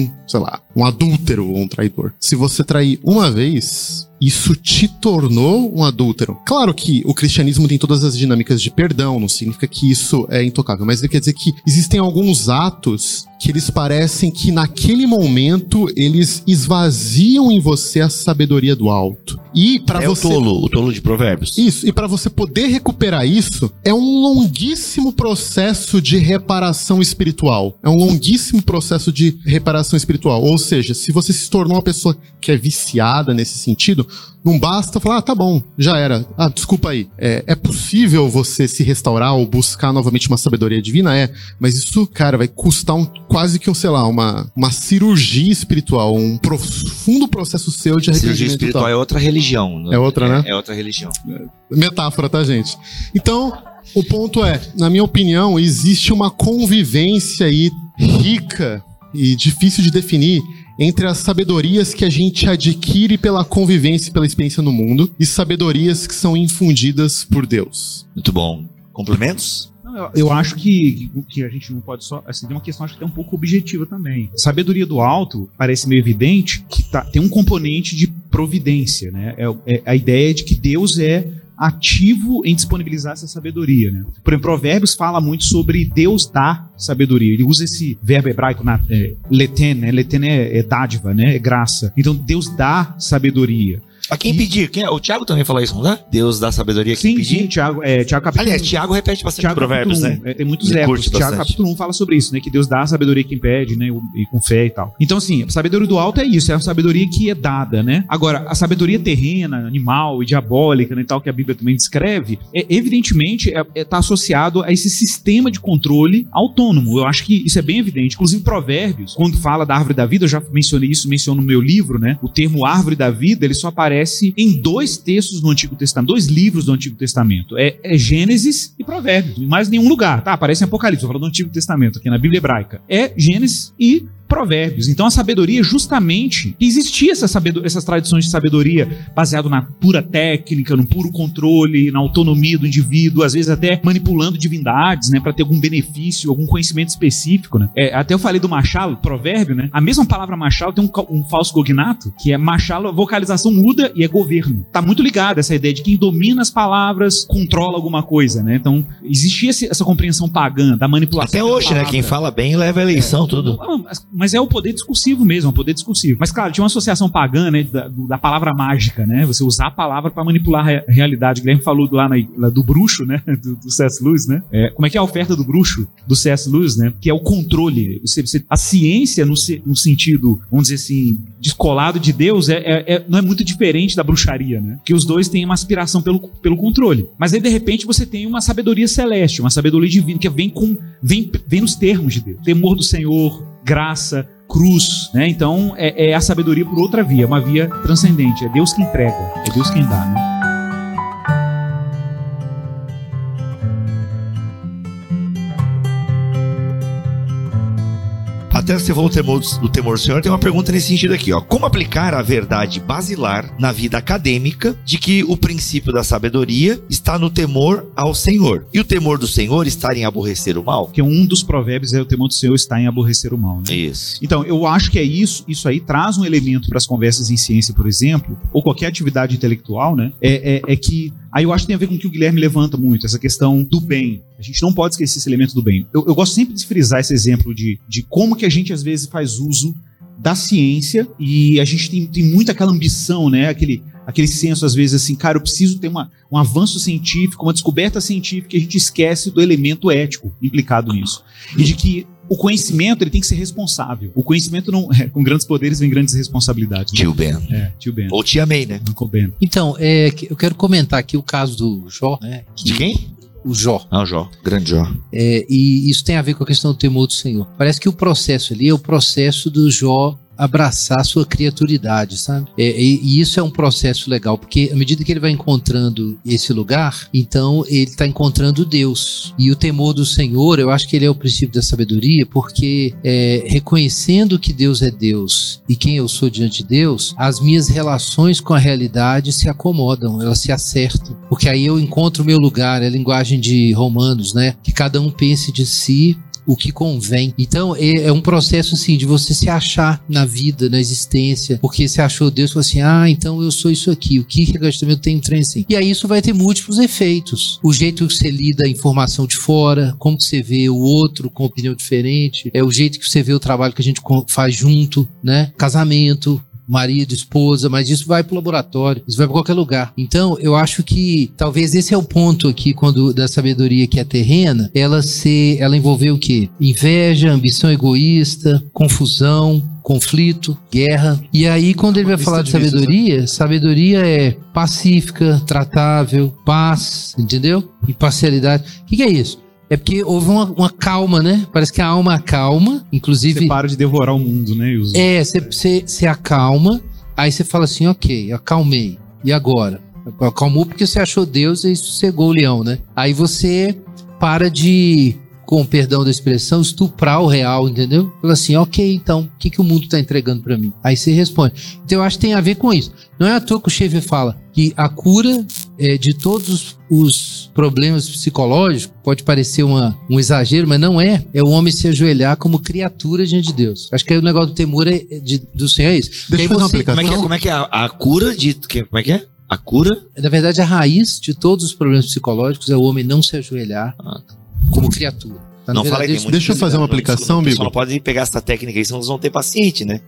um adúltero ou um traidor. Se você trair uma vez, isso te tornou um adúltero. Claro que o cristianismo tem todas as dinâmicas de perdão, não significa que isso é intocável, mas ele quer dizer que existem alguns atos que eles parecem que naquele momento eles esvaziam em você a sabedoria do alto. E para você... o tolo de Provérbios. Isso, e para você poder recuperar isso, é um longuíssimo processo de reparação espiritual. É um longuíssimo processo de reparação espiritual. Ou seja, se você se tornou uma pessoa que é viciada nesse sentido, não basta falar, tá bom, já era. Desculpa aí. É possível você se restaurar ou buscar novamente uma sabedoria divina? Mas isso, cara, vai custar quase que, uma cirurgia espiritual, um profundo processo seu de arrependimento. Cirurgia espiritual é outra religião. É outra, né? É outra religião. Metáfora, tá, gente? Então, o ponto é, na minha opinião, existe uma convivência aí rica e difícil de definir entre as sabedorias que a gente adquire pela convivência e pela experiência no mundo e sabedorias que são infundidas por Deus. Muito bom. Complementos? Eu acho que a gente não pode só... Assim, tem uma questão, acho que é um pouco objetiva também. Sabedoria do alto, parece meio evidente, que tem um componente de providência, né? É a ideia de que Deus é ativo em disponibilizar essa sabedoria, né? Por exemplo, Provérbios fala muito sobre Deus dar sabedoria. Ele usa esse verbo hebraico, leten, né? Leten é dádiva, né? É graça. Então, Deus dá sabedoria. A quem pedir? O Tiago também fala isso, não é? Deus dá sabedoria a quem pedir? Sim, Tiago capítulo... Aliás, Tiago repete bastante Provérbios, né? Tem muitos ecos. Tiago capítulo 1 fala sobre isso, né? Que Deus dá a sabedoria a quem pede, né? E com fé e tal. Então, assim, a sabedoria do alto é isso, é a sabedoria que é dada, né? Agora, a sabedoria terrena, animal e diabólica, né, e tal, que a Bíblia também descreve, evidentemente, tá associado a esse sistema de controle autônomo. Eu acho que isso é bem evidente. Inclusive, Provérbios, quando fala da árvore da vida, eu já mencionei isso, menciono no meu livro, né? O termo árvore da vida, ele só aparece em dois textos do Antigo Testamento, 2 livros do Antigo Testamento. É Gênesis e Provérbios. Em mais nenhum lugar, tá? Aparece em Apocalipse, eu falo do Antigo Testamento, aqui na Bíblia hebraica. É Gênesis e Provérbios. Então a sabedoria, justamente, existia essas tradições de sabedoria baseado na pura técnica, no puro controle, na autonomia do indivíduo, às vezes até manipulando divindades, né, para ter algum benefício, algum conhecimento específico, né? Até eu falei do Machalo, provérbio, né? A mesma palavra Machalo tem um falso cognato, que é Machalo, vocalização muda e é governo. Tá muito ligado essa ideia de quem domina as palavras controla alguma coisa, né? Então existia essa compreensão pagã da manipulação. Até hoje, né? Quem fala bem leva a eleição, tudo. Mas é o poder discursivo mesmo, é um poder discursivo. Mas, claro, tinha uma associação pagã, né, da palavra mágica, né? Você usar a palavra para manipular a realidade. O Guilherme falou lá do bruxo, né? Do C.S. Lewis, né? Como é que é a oferta do bruxo do C.S. Lewis, né? Que é o controle. A ciência, no sentido, vamos dizer assim, descolado de Deus, não é muito diferente da bruxaria, né? Porque os dois têm uma aspiração pelo controle. Mas aí, de repente, você tem uma sabedoria celeste, uma sabedoria divina, que vem nos termos de Deus. Temor do Senhor, graça, cruz, né? Então é a sabedoria por outra via, uma via transcendente. É Deus que entrega, é Deus quem dá, né? Até você falou do temor do Senhor, tem uma pergunta nesse sentido aqui, ó. Como aplicar a verdade basilar na vida acadêmica de que o princípio da sabedoria está no temor ao Senhor? E o temor do Senhor está em aborrecer o mal? Porque um dos provérbios é o temor do Senhor está em aborrecer o mal, né? Isso. Então, eu acho que é isso aí traz um elemento para as conversas em ciência, por exemplo, ou qualquer atividade intelectual, né? É que Aí eu acho que tem a ver com o que o Guilherme levanta muito, essa questão do bem. A gente não pode esquecer esse elemento do bem. Eu gosto sempre de frisar esse exemplo de como que a gente às vezes faz uso da ciência e a gente tem muito aquela ambição, né? Aquele senso, às vezes, assim, cara, eu preciso ter um avanço científico, uma descoberta científica, e a gente esquece do elemento ético implicado nisso. E de que o conhecimento, ele tem que ser responsável. O conhecimento não... com grandes poderes vem grandes responsabilidades. Né? Tio Ben. Tio Ben. Ou tia May, né? Uncle Ben. Então, eu quero comentar aqui o caso do Jó, né? De quem? O Jó. Ah, o Jó. Grande Jó. E isso tem a ver com a questão do temor do Senhor. Parece que o processo ali é o processo do Jó abraçar a sua criaturidade, sabe? E isso é um processo legal, porque à medida que ele vai encontrando esse lugar, então ele está encontrando Deus. E o temor do Senhor, eu acho que ele é o princípio da sabedoria, porque reconhecendo que Deus é Deus e quem eu sou diante de Deus, as minhas relações com a realidade se acomodam, elas se acertam. Porque aí eu encontro o meu lugar, é a linguagem de Romanos, né? Que cada um pense de si o que convém. Então é um processo assim de você se achar na vida, na existência, porque você achou Deus e falou assim, então eu sou isso aqui, o que também tem um trem assim. E aí isso vai ter múltiplos efeitos. O jeito que você lida a informação de fora, como que você vê o outro com opinião diferente, o jeito que você vê o trabalho que a gente faz junto, né? Casamento, marido, esposa, mas isso vai pro laboratório, isso vai para qualquer lugar. Então, eu acho que talvez esse é o ponto aqui da sabedoria que é terrena, ela envolver o quê? Inveja, ambição egoísta, confusão, conflito, guerra. E aí, quando ele vai falar de sabedoria é pacífica, tratável, paz, entendeu? E parcialidade. O que é isso? É porque houve uma calma, né? Parece que a alma acalma, inclusive... Você para de devorar o mundo, né? Você acalma, aí você fala assim, ok, acalmei. E agora? Acalmou porque você achou Deus e sossegou o leão, né? Aí você para de, com perdão da expressão, estuprar o real, entendeu? Fala assim, ok, então, o que o mundo está entregando para mim? Aí você responde. Então eu acho que tem a ver com isso. Não é à toa que o Schaeffer fala que a cura de todos os problemas psicológicos, pode parecer um exagero, mas não é. É o homem se ajoelhar como criatura diante de Deus. Acho que aí o negócio do temor do Senhor é isso. Deixa eu fazer uma aplicação. Como é que é a cura de... Como é que é? A cura? Na verdade, a raiz de todos os problemas psicológicos é o homem não se ajoelhar como criatura. Tá, não fala que deixa eu fazer uma aplicação, amigo. Só não pode pegar essa técnica aí, senão eles vão ter paciente, né?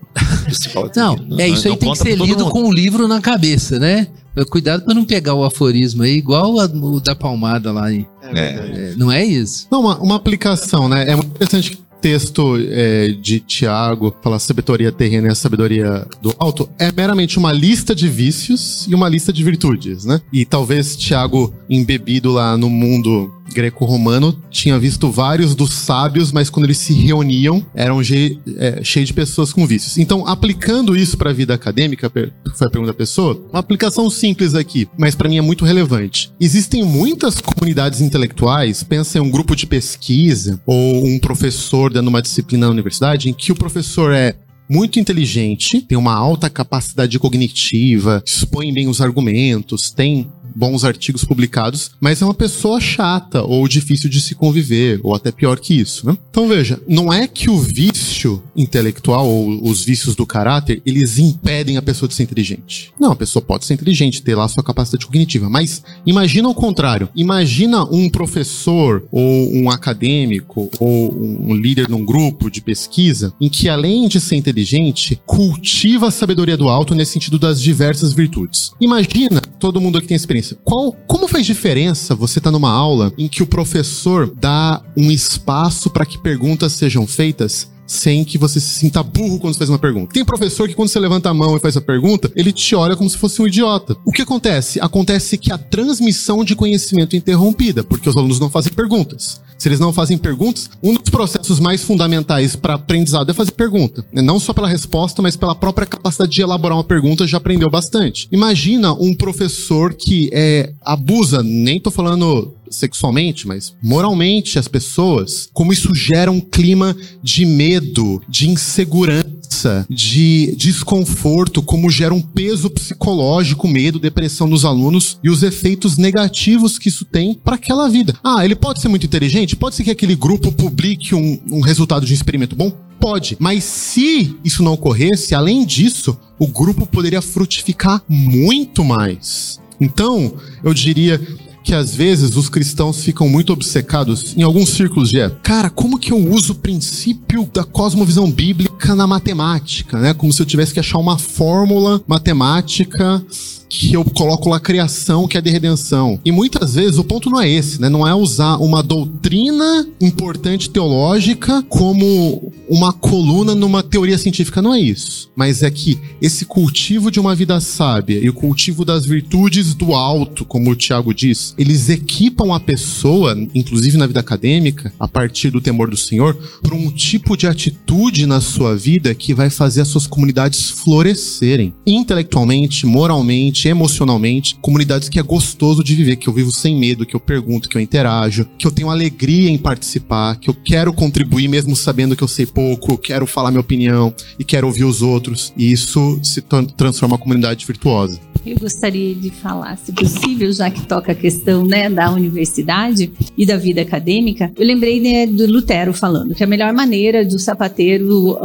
Isso aí tem que ser lido com o livro na cabeça, né? Cuidado para não pegar o aforismo aí, igual o da palmada lá. Não é isso? Não, uma aplicação, né? É muito interessante que texto de Tiago, fala sabedoria terrena e a sabedoria do alto, é meramente uma lista de vícios e uma lista de virtudes, né? E talvez Tiago, embebido lá no mundo greco-romano, tinha visto vários dos sábios, mas quando eles se reuniam, eram cheios de pessoas com vícios. Então, aplicando isso para a vida acadêmica, que foi a pergunta da pessoa, uma aplicação simples aqui, mas para mim é muito relevante. Existem muitas comunidades intelectuais, pensa em um grupo de pesquisa, ou um professor dando uma disciplina na universidade, em que o professor é muito inteligente, tem uma alta capacidade cognitiva, expõe bem os argumentos, tem bons artigos publicados, mas é uma pessoa chata ou difícil de se conviver, ou até pior que isso, né? Então veja, não é que o vício intelectual ou os vícios do caráter, eles impedem a pessoa de ser inteligente. Não, a pessoa pode ser inteligente, ter lá a sua capacidade cognitiva, mas imagina o contrário. Imagina um professor ou um acadêmico ou um líder num grupo de pesquisa em que, além de ser inteligente, cultiva a sabedoria do alto nesse sentido das diversas virtudes. Imagina, todo mundo aqui tem experiência. Como faz diferença você estar numa aula em que o professor dá um espaço para que perguntas sejam feitas sem que você se sinta burro quando você faz uma pergunta? Tem professor que quando você levanta a mão e faz a pergunta, ele te olha como se fosse um idiota. O que acontece? Acontece que a transmissão de conhecimento é interrompida, porque os alunos não fazem perguntas. Se eles não fazem perguntas, um dos processos mais fundamentais para aprendizado é fazer pergunta. Não só pela resposta, mas pela própria capacidade de elaborar uma pergunta, já aprendeu bastante. Imagina um professor que abusa, nem tô falando sexualmente, mas moralmente as pessoas, como isso gera um clima de medo, de insegurança, de desconforto, como gera um peso psicológico, medo, depressão nos alunos e os efeitos negativos que isso tem para aquela vida. Ele pode ser muito inteligente? Pode ser que aquele grupo publique um resultado de um experimento bom? Pode, mas se isso não ocorresse, além disso, o grupo poderia frutificar muito mais. Então, eu diria que às vezes os cristãos ficam muito obcecados em alguns círculos de época. Cara, como que eu uso o princípio da cosmovisão bíblica na matemática, né? Como se eu tivesse que achar uma fórmula matemática que eu coloco lá criação, que é de redenção. E muitas vezes o ponto não é esse, né? Não é usar uma doutrina importante teológica como uma coluna numa teoria científica, não é isso. Mas é que esse cultivo de uma vida sábia e o cultivo das virtudes do alto, como o Tiago diz, eles equipam a pessoa, inclusive na vida acadêmica, a partir do temor do Senhor, para um tipo de atitude na sua vida que vai fazer as suas comunidades florescerem. Intelectualmente, moralmente, emocionalmente, comunidades que é gostoso de viver, que eu vivo sem medo, que eu pergunto, que eu interajo, que eu tenho alegria em participar, que eu quero contribuir mesmo sabendo que eu sei pouco, eu quero falar minha opinião e quero ouvir os outros. E isso se transforma em uma comunidade virtuosa. Eu gostaria de falar, se possível, já que toca a questão, né, da universidade e da vida acadêmica, eu lembrei, né, do Lutero falando que a melhor maneira do sapateiro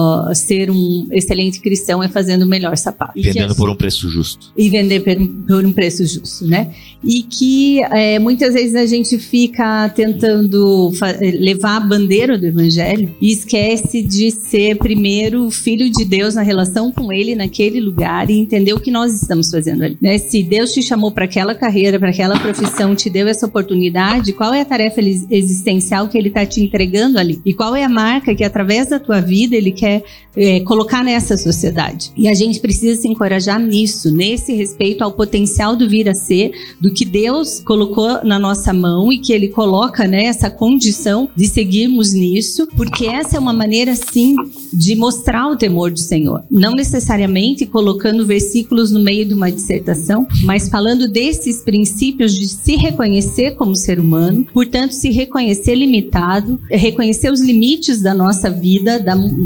ser um excelente cristão é fazendo o melhor sapato. Vendendo por um preço justo. E vender por um preço justo, né? E que muitas vezes a gente fica tentando levar a bandeira do evangelho e esquece de ser primeiro filho de Deus na relação com ele naquele lugar e entender o que nós estamos fazendo ali, né? Se Deus te chamou para aquela carreira, para aquela profissão, te deu essa oportunidade, qual é a tarefa existencial que ele está te entregando ali? E qual é a marca que através da tua vida ele quer colocar nessa sociedade? E a gente precisa se encorajar nisso, nesse respeito ao potencial do vir a ser, do que Deus colocou na nossa mão e que ele coloca, né, essa condição de seguirmos nisso, porque essa é uma maneira sim de mostrar o temor do Senhor, não necessariamente colocando versículos no meio de uma dissertação, mas falando desses princípios de se reconhecer como ser humano, portanto se reconhecer limitado, reconhecer os limites da nossa vida,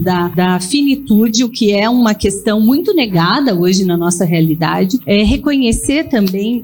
da finitude, o que é uma questão muito negada hoje na nossa realidade, reconhecer também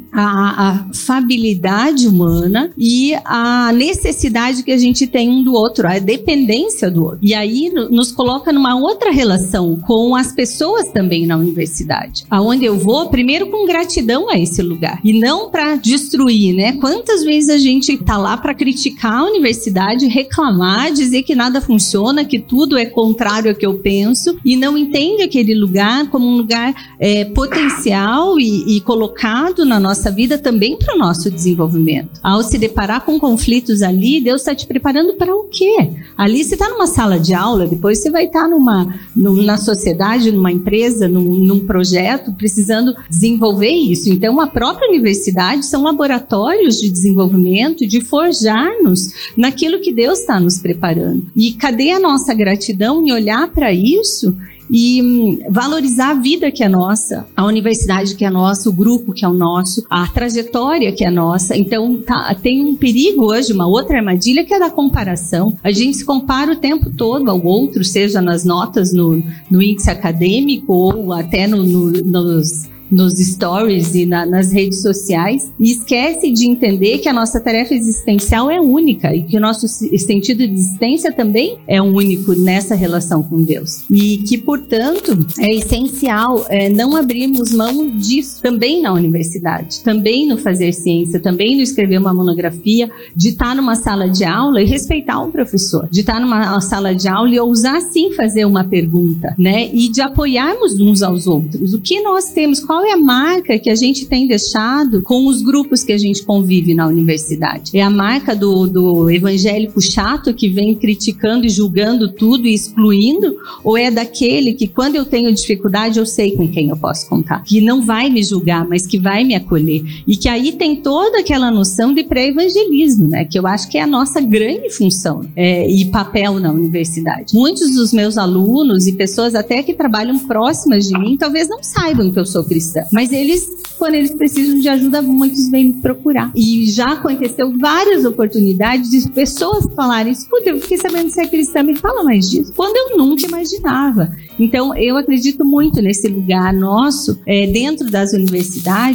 a fabilidade humana e a necessidade que a gente tem um do outro, a dependência do outro. E aí nos coloca numa outra relação com as pessoas também na universidade, aonde eu vou primeiro com gratidão a esse lugar e não para destruir, né? Quantas vezes a gente tá lá para criticar a universidade, reclamar, dizer que nada funciona, que tudo é contrário ao que eu penso e não entende aquele lugar como um lugar potencial e colocado na nossa vida também para o nosso desenvolvimento. Ao se deparar com conflitos ali, Deus está te preparando para o quê? Ali você está numa sala de aula, depois você vai estar na sociedade, numa empresa, num projeto, precisando desenvolver isso. Então, a própria universidade são laboratórios de desenvolvimento, de forjar-nos naquilo que Deus está nos preparando. E cadê a nossa gratidão em olhar para isso e valorizar a vida que é nossa, a universidade que é nossa, o grupo que é o nosso, a trajetória que é nossa. Então tem um perigo hoje, uma outra armadilha, que é da comparação. A gente se compara o tempo todo ao outro, seja nas notas no índice acadêmico ou até nos stories e nas redes sociais, e esquece de entender que a nossa tarefa existencial é única e que o nosso sentido de existência também é único nessa relação com Deus. E que, portanto, é essencial não abrirmos mão disso também na universidade, também no fazer ciência, também no escrever uma monografia, de estar numa sala de aula e respeitar um professor, de estar numa sala de aula e ousar sim fazer uma pergunta, né? E de apoiarmos uns aos outros. O que nós temos, qual é a marca que a gente tem deixado com os grupos que a gente convive na universidade? É a marca do evangélico chato que vem criticando e julgando tudo e excluindo? Ou é daquele que, quando eu tenho dificuldade, eu sei com quem eu posso contar, que não vai me julgar, mas que vai me acolher? E que aí tem toda aquela noção de pré-evangelismo, né? Que eu acho que é a nossa grande função e papel na universidade. Muitos dos meus alunos e pessoas até que trabalham próximas de mim talvez não saibam que eu sou cristã, mas eles, quando eles precisam de ajuda, muitos vêm me procurar. E já aconteceu várias oportunidades de pessoas falarem: escuta, eu fiquei sabendo que você é cristã, me fala mais disso, quando eu nunca imaginava. Então eu acredito muito nesse lugar nosso, dentro das universidades,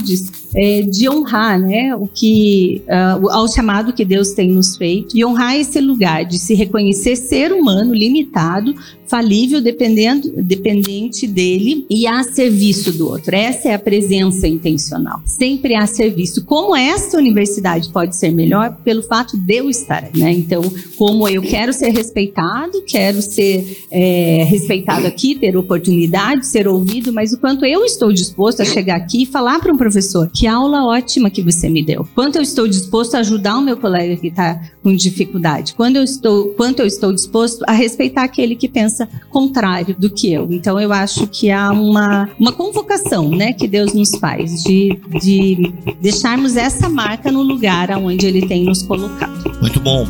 de honrar, né, ao chamado que Deus tem nos feito, e honrar esse lugar de se reconhecer ser humano, limitado, falível, dependente dele e a serviço do outro. Essa é a presença intencional. Sempre a serviço. Como esta universidade pode ser melhor? Pelo fato de eu estar, né? Então, como eu quero ser respeitado, quero ser respeitado aqui, ter oportunidade, ser ouvido, mas o quanto eu estou disposto a chegar aqui e falar para um professor, que aula ótima que você me deu. Quanto eu estou disposto a ajudar o meu colega que está com dificuldade. Quanto eu estou disposto a respeitar aquele que pensa contrário do que eu. Então eu acho que há uma convocação, né, que Deus nos faz de deixarmos essa marca no lugar aonde Ele tem nos colocado. Muito bom.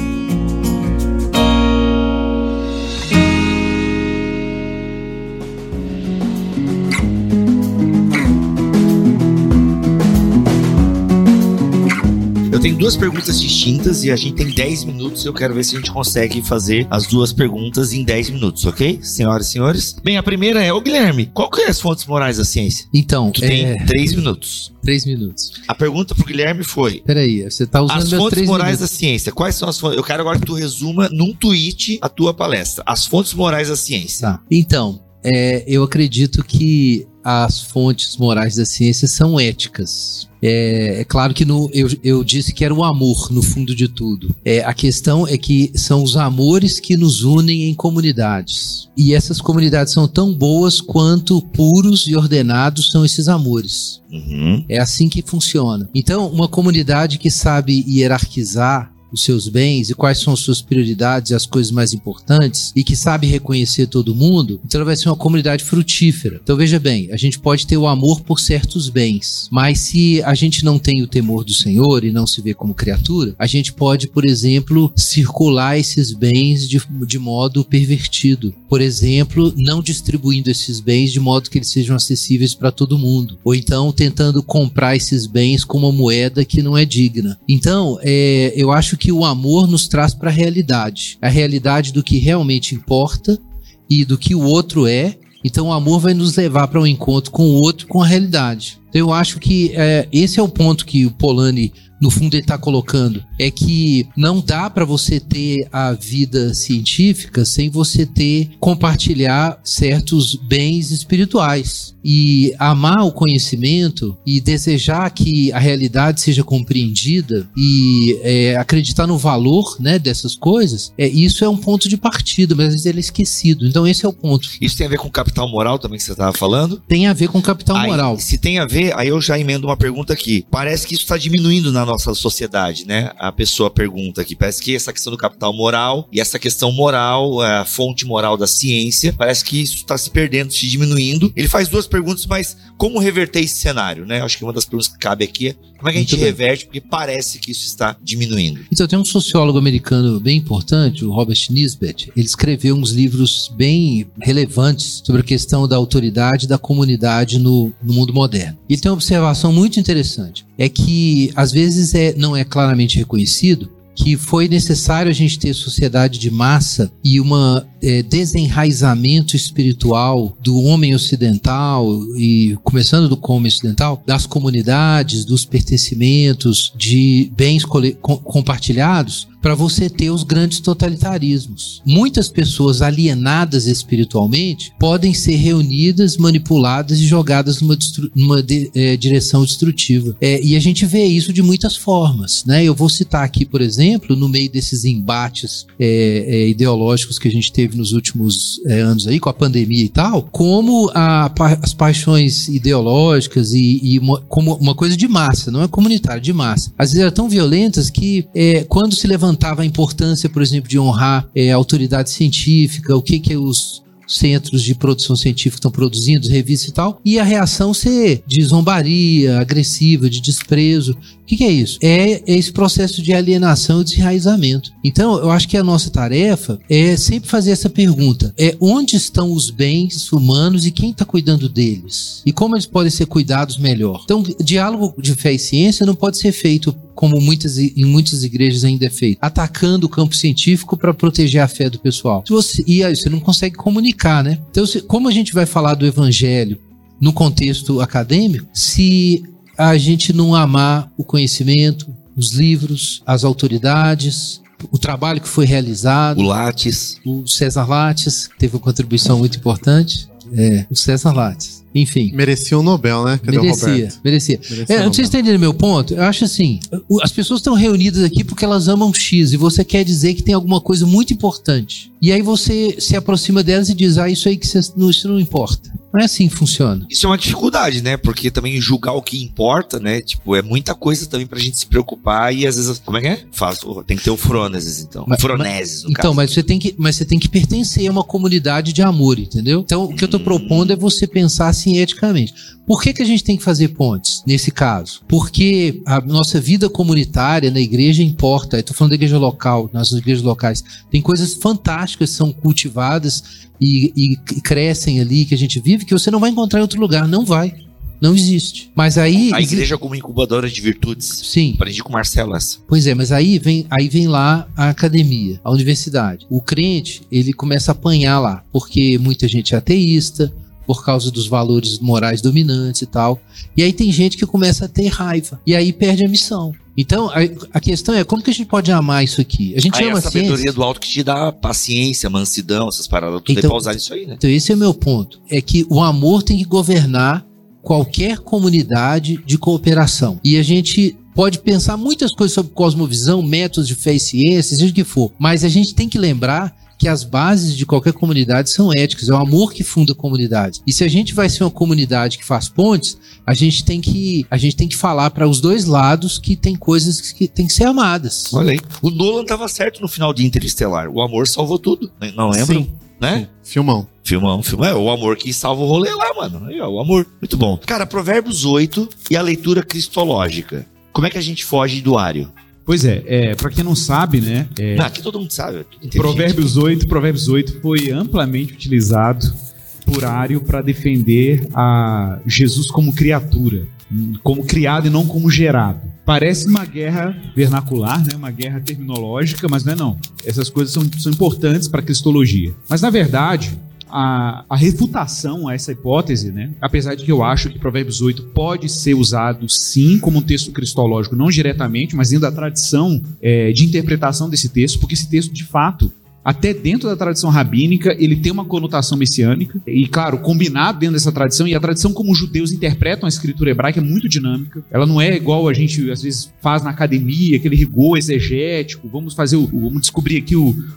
Eu tenho duas perguntas distintas e a gente tem 10 minutos. Eu quero ver se a gente consegue fazer as duas perguntas em 10 minutos, ok? Senhoras e senhores. Bem, a primeira é, ô Guilherme, qual que é as fontes morais da ciência? Então, Tu tem 3 minutos. 3 minutos. A pergunta pro Guilherme foi... Peraí, você tá usando as meus fontes 3 morais minutos. da ciência. Quais são as fontes? Eu quero agora que tu resuma num tweet a tua palestra. As fontes morais da ciência. Tá. Então, eu acredito que as fontes morais da ciência são éticas. É claro que eu disse que era o amor no fundo de tudo. A questão é que são os amores que nos unem em comunidades. E essas comunidades são tão boas quanto puros e ordenados são esses amores. Uhum. É assim que funciona. Então, uma comunidade que sabe hierarquizar os seus bens e quais são as suas prioridades e as coisas mais importantes e que sabe reconhecer todo mundo, então ela vai ser uma comunidade frutífera. Então veja bem, a gente pode ter o amor por certos bens, mas se a gente não tem o temor do Senhor e não se vê como criatura, a gente pode, por exemplo, circular esses bens de modo pervertido. Por exemplo, não distribuindo esses bens de modo que eles sejam acessíveis para todo mundo. Ou então tentando comprar esses bens com uma moeda que não é digna. Então, eu acho que o amor nos traz para a realidade do que realmente importa e do que o outro é. Então o amor vai nos levar para um encontro com o outro, com a realidade. Então eu acho que esse é o ponto que o Polanyi, no fundo, ele está colocando, é que não dá para você ter a vida científica sem você compartilhar certos bens espirituais. E amar o conhecimento e desejar que a realidade seja compreendida e acreditar no valor, né, dessas coisas, isso é um ponto de partida, mas às vezes ele é esquecido. Então esse é o ponto. Isso tem a ver com capital moral também que você estava falando? Tem a ver com capital moral. Se tem a ver, aí eu já emendo uma pergunta aqui. Parece que isso está diminuindo na nossa sociedade, né? A pessoa pergunta aqui, parece que essa questão do capital moral e essa questão moral, a fonte moral da ciência, parece que isso está se perdendo, se diminuindo. Ele faz duas perguntas, mas como reverter esse cenário, né? Acho que uma das perguntas que cabe aqui é como é que a gente reverte, porque parece que isso está diminuindo. Então, tem um sociólogo americano bem importante, o Robert Nisbet. Ele escreveu uns livros bem relevantes sobre a questão da autoridade e da comunidade no mundo moderno. E ele tem uma observação muito interessante. É que, às vezes, não é claramente reconhecido que foi necessário a gente ter sociedade de massa e desenraizamento espiritual do homem ocidental, e começando do homem ocidental, das comunidades, dos pertencimentos, de bens compartilhados, para você ter os grandes totalitarismos. Muitas pessoas alienadas espiritualmente podem ser reunidas, manipuladas e jogadas numa direção destrutiva. E a gente vê isso de muitas formas, né? Eu vou citar aqui, por exemplo, no meio desses embates ideológicos que a gente teve nos últimos anos aí, com a pandemia e tal, como as paixões ideológicas como uma coisa de massa, não é comunitária, de massa. Às vezes eram tão violentas que quando se levantava a importância, por exemplo, de honrar a autoridade científica, o que os centros de produção científica estão produzindo, revistas e tal, e a reação ser de zombaria, agressiva, de desprezo. O que é isso? É esse processo de alienação e desenraizamento. Então, eu acho que a nossa tarefa é sempre fazer essa pergunta: onde estão os bens humanos e quem está cuidando deles? E como eles podem ser cuidados melhor? Então, diálogo de fé e ciência não pode ser feito como em muitas igrejas ainda é feito, atacando o campo científico para proteger a fé do pessoal. E aí você não consegue comunicar, né? Então, como a gente vai falar do evangelho no contexto acadêmico, se a gente não amar o conhecimento, os livros, as autoridades, o trabalho que foi realizado. O Lattes. O César Lattes teve uma contribuição muito importante. O César Lattes. Enfim. Merecia um Nobel, né? Cadê o Roberto? Merecia. Não sei se você entendeu meu ponto. Eu acho assim, as pessoas estão reunidas aqui porque elas amam X e você quer dizer que tem alguma coisa muito importante. E aí você se aproxima delas e diz, isso aí que isso não importa. Não é assim que funciona. Isso é uma dificuldade, né? Porque também julgar o que importa, né? Tipo, é muita coisa também pra gente se preocupar e às vezes... Como é que é? Tem que ter o frônesis, então. Froneses, no caso. Mas você tem que pertencer a uma comunidade de amor, entendeu? Então, o que eu tô propondo é você pensar assim eticamente. Por que a gente tem que fazer pontes, nesse caso? Porque a nossa vida comunitária na igreja importa. Eu tô falando da igreja local, nas igrejas locais. Tem coisas fantásticas que são cultivadas e crescem ali, que a gente vive, que você não vai encontrar em outro lugar. Não vai. Não existe. Mas aí... A igreja como incubadora de virtudes. Sim. Aprendi com o Marcelo essa. Pois é, mas aí vem lá a academia, a universidade. O crente, ele começa a apanhar lá, porque muita gente é ateísta, por causa dos valores morais dominantes e tal. E aí tem gente que começa a ter raiva. E aí perde a missão. Então, a questão é, como que a gente pode amar isso aqui? A gente ama a sabedoria ciência do alto que te dá paciência, mansidão, essas paradas. Tudo então, é pra usar isso aí, né? Então esse é o meu ponto. É que o amor tem que governar qualquer comunidade de cooperação. E a gente pode pensar muitas coisas sobre cosmovisão, métodos de fé e ciência, seja o que for. Mas a gente tem que lembrar que as bases de qualquer comunidade são éticas, é o amor que funda a comunidade. E se a gente vai ser uma comunidade que faz pontes, a gente tem que falar para os dois lados que tem coisas que tem que ser amadas. Olha aí. O Nolan tava certo no final de Interestelar. O amor salvou tudo. Não lembra? Sim. Né? Filmão. É o amor que salva o rolê lá, mano. Aí, ó, o amor. Muito bom. Cara, Provérbios 8 e a leitura cristológica. Como é que a gente foge do Ário? Pois pra quem não sabe, né? Aqui todo mundo sabe. Provérbios 8 foi amplamente utilizado por Ário para defender a Jesus como criatura, como criado e não como gerado. Parece uma guerra vernacular, né? Uma guerra terminológica, mas não é não. Essas coisas são importantes para a cristologia. Mas na verdade, a refutação a essa hipótese, né? Apesar de que eu acho que Provérbios 8 pode ser usado sim como um texto cristológico, não diretamente, mas dentro da tradição de interpretação desse texto, porque esse texto de fato, até dentro da tradição rabínica, ele tem uma conotação messiânica, e claro, combinado dentro dessa tradição, e a tradição como os judeus interpretam a escritura hebraica é muito dinâmica, ela não é igual a gente às vezes faz na academia, aquele rigor exegético, vamos descobrir aqui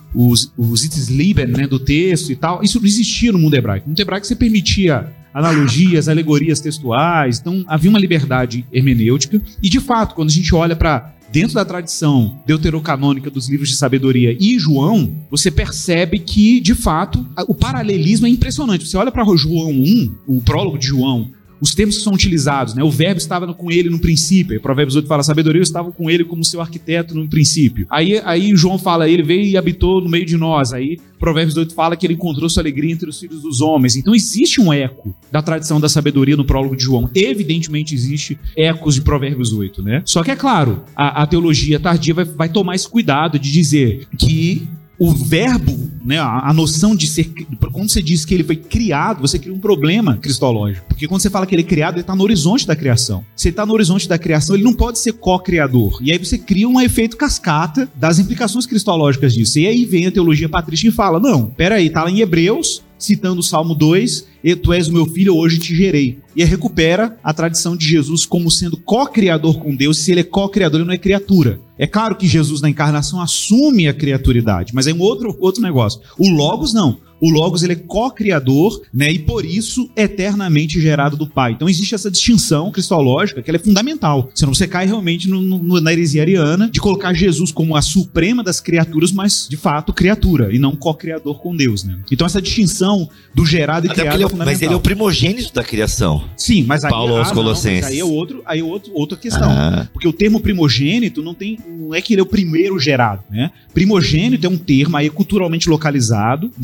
os Itzliben, né, do texto e tal. Isso não existia no mundo hebraico. No mundo hebraico você permitia analogias, alegorias textuais, então havia uma liberdade hermenêutica, e de fato, quando a gente olha para dentro da tradição deuterocanônica dos livros de sabedoria e João, você percebe que, de fato, o paralelismo é impressionante. Você olha para João 1, o prólogo de João, os termos que são utilizados, né? O verbo estava com ele no princípio. Aí Provérbios 8 fala, a sabedoria estava com ele como seu arquiteto no princípio. Aí João fala, ele veio e habitou no meio de nós. Aí Provérbios 8 fala que ele encontrou sua alegria entre os filhos dos homens. Então existe um eco da tradição da sabedoria no prólogo de João. Evidentemente existe ecos de Provérbios 8, né? Só que é claro, a teologia tardia vai tomar esse cuidado de dizer que o verbo, né, a noção de ser... Quando você diz que ele foi criado, você cria um problema cristológico. Porque quando você fala que ele é criado, ele está no horizonte da criação. Se ele está no horizonte da criação, ele não pode ser co-criador. E aí você cria um efeito cascata das implicações cristológicas disso. E aí vem a teologia patrística e fala, não, peraí, tá lá em Hebreus, citando o Salmo 2, tu és o meu filho, hoje te gerei. E aí recupera a tradição de Jesus como sendo co-criador com Deus. Se ele é co-criador, ele não é criatura. É claro que Jesus na encarnação assume a criaturidade, mas é um outro negócio. O Logos não. O Logos ele é co-criador, né, e por isso eternamente gerado do Pai. Então existe essa distinção cristológica que ela é fundamental. Senão você cai realmente na heresia ariana de colocar Jesus como a suprema das criaturas, mas de fato criatura e não co-criador com Deus, né? Então essa distinção do gerado e criado é fundamental. Mas ele é o primogênito da criação. Sim, mas aí, Paulo aos Colossenses. Mas aí é outra questão. Porque o termo primogênito não é que ele é o primeiro gerado, né? Primogênito é um termo aí culturalmente localizado dentro da tradição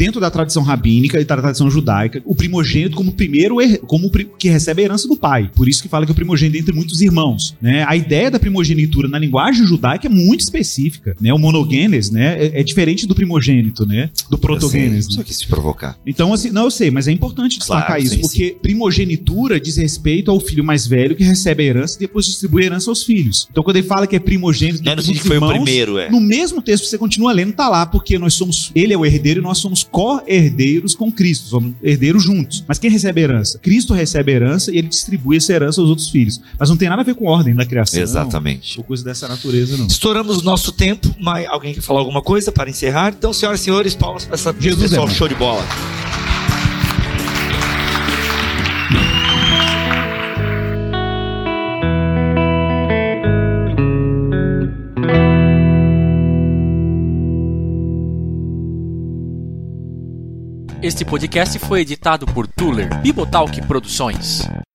tradição rabínica e da tradição judaica, o primogênito como primeiro, que recebe a herança do pai. Por isso que fala que é o primogênito entre muitos irmãos, né? A ideia da primogenitura na linguagem judaica é muito específica, né? O monogênes, né? É diferente do primogênito, né? Do protogênes. Só quis te provocar. Então, assim, não, eu sei, mas é importante destacar isso, porque primogenitura diz respeito ao filho mais velho que recebe a herança e depois distribui a herança aos filhos. Então, quando ele fala que é primogênito, não é no sentido que foi o primeiro, no mesmo texto que você continua lendo, tá lá, porque ele é o herdeiro e nós somos co-herdeiros com Cristo, somos herdeiros juntos. Mas quem recebe a herança? Cristo recebe a herança e ele distribui essa herança aos outros filhos. Mas não tem nada a ver com ordem da criação. Exatamente. Ou coisa dessa natureza, não. Estouramos o nosso tempo, mas alguém quer falar alguma coisa para encerrar? Então, senhoras e senhores, palmas para essa pessoal, show de bola. Este podcast foi editado por Tuller Bibotalk Produções.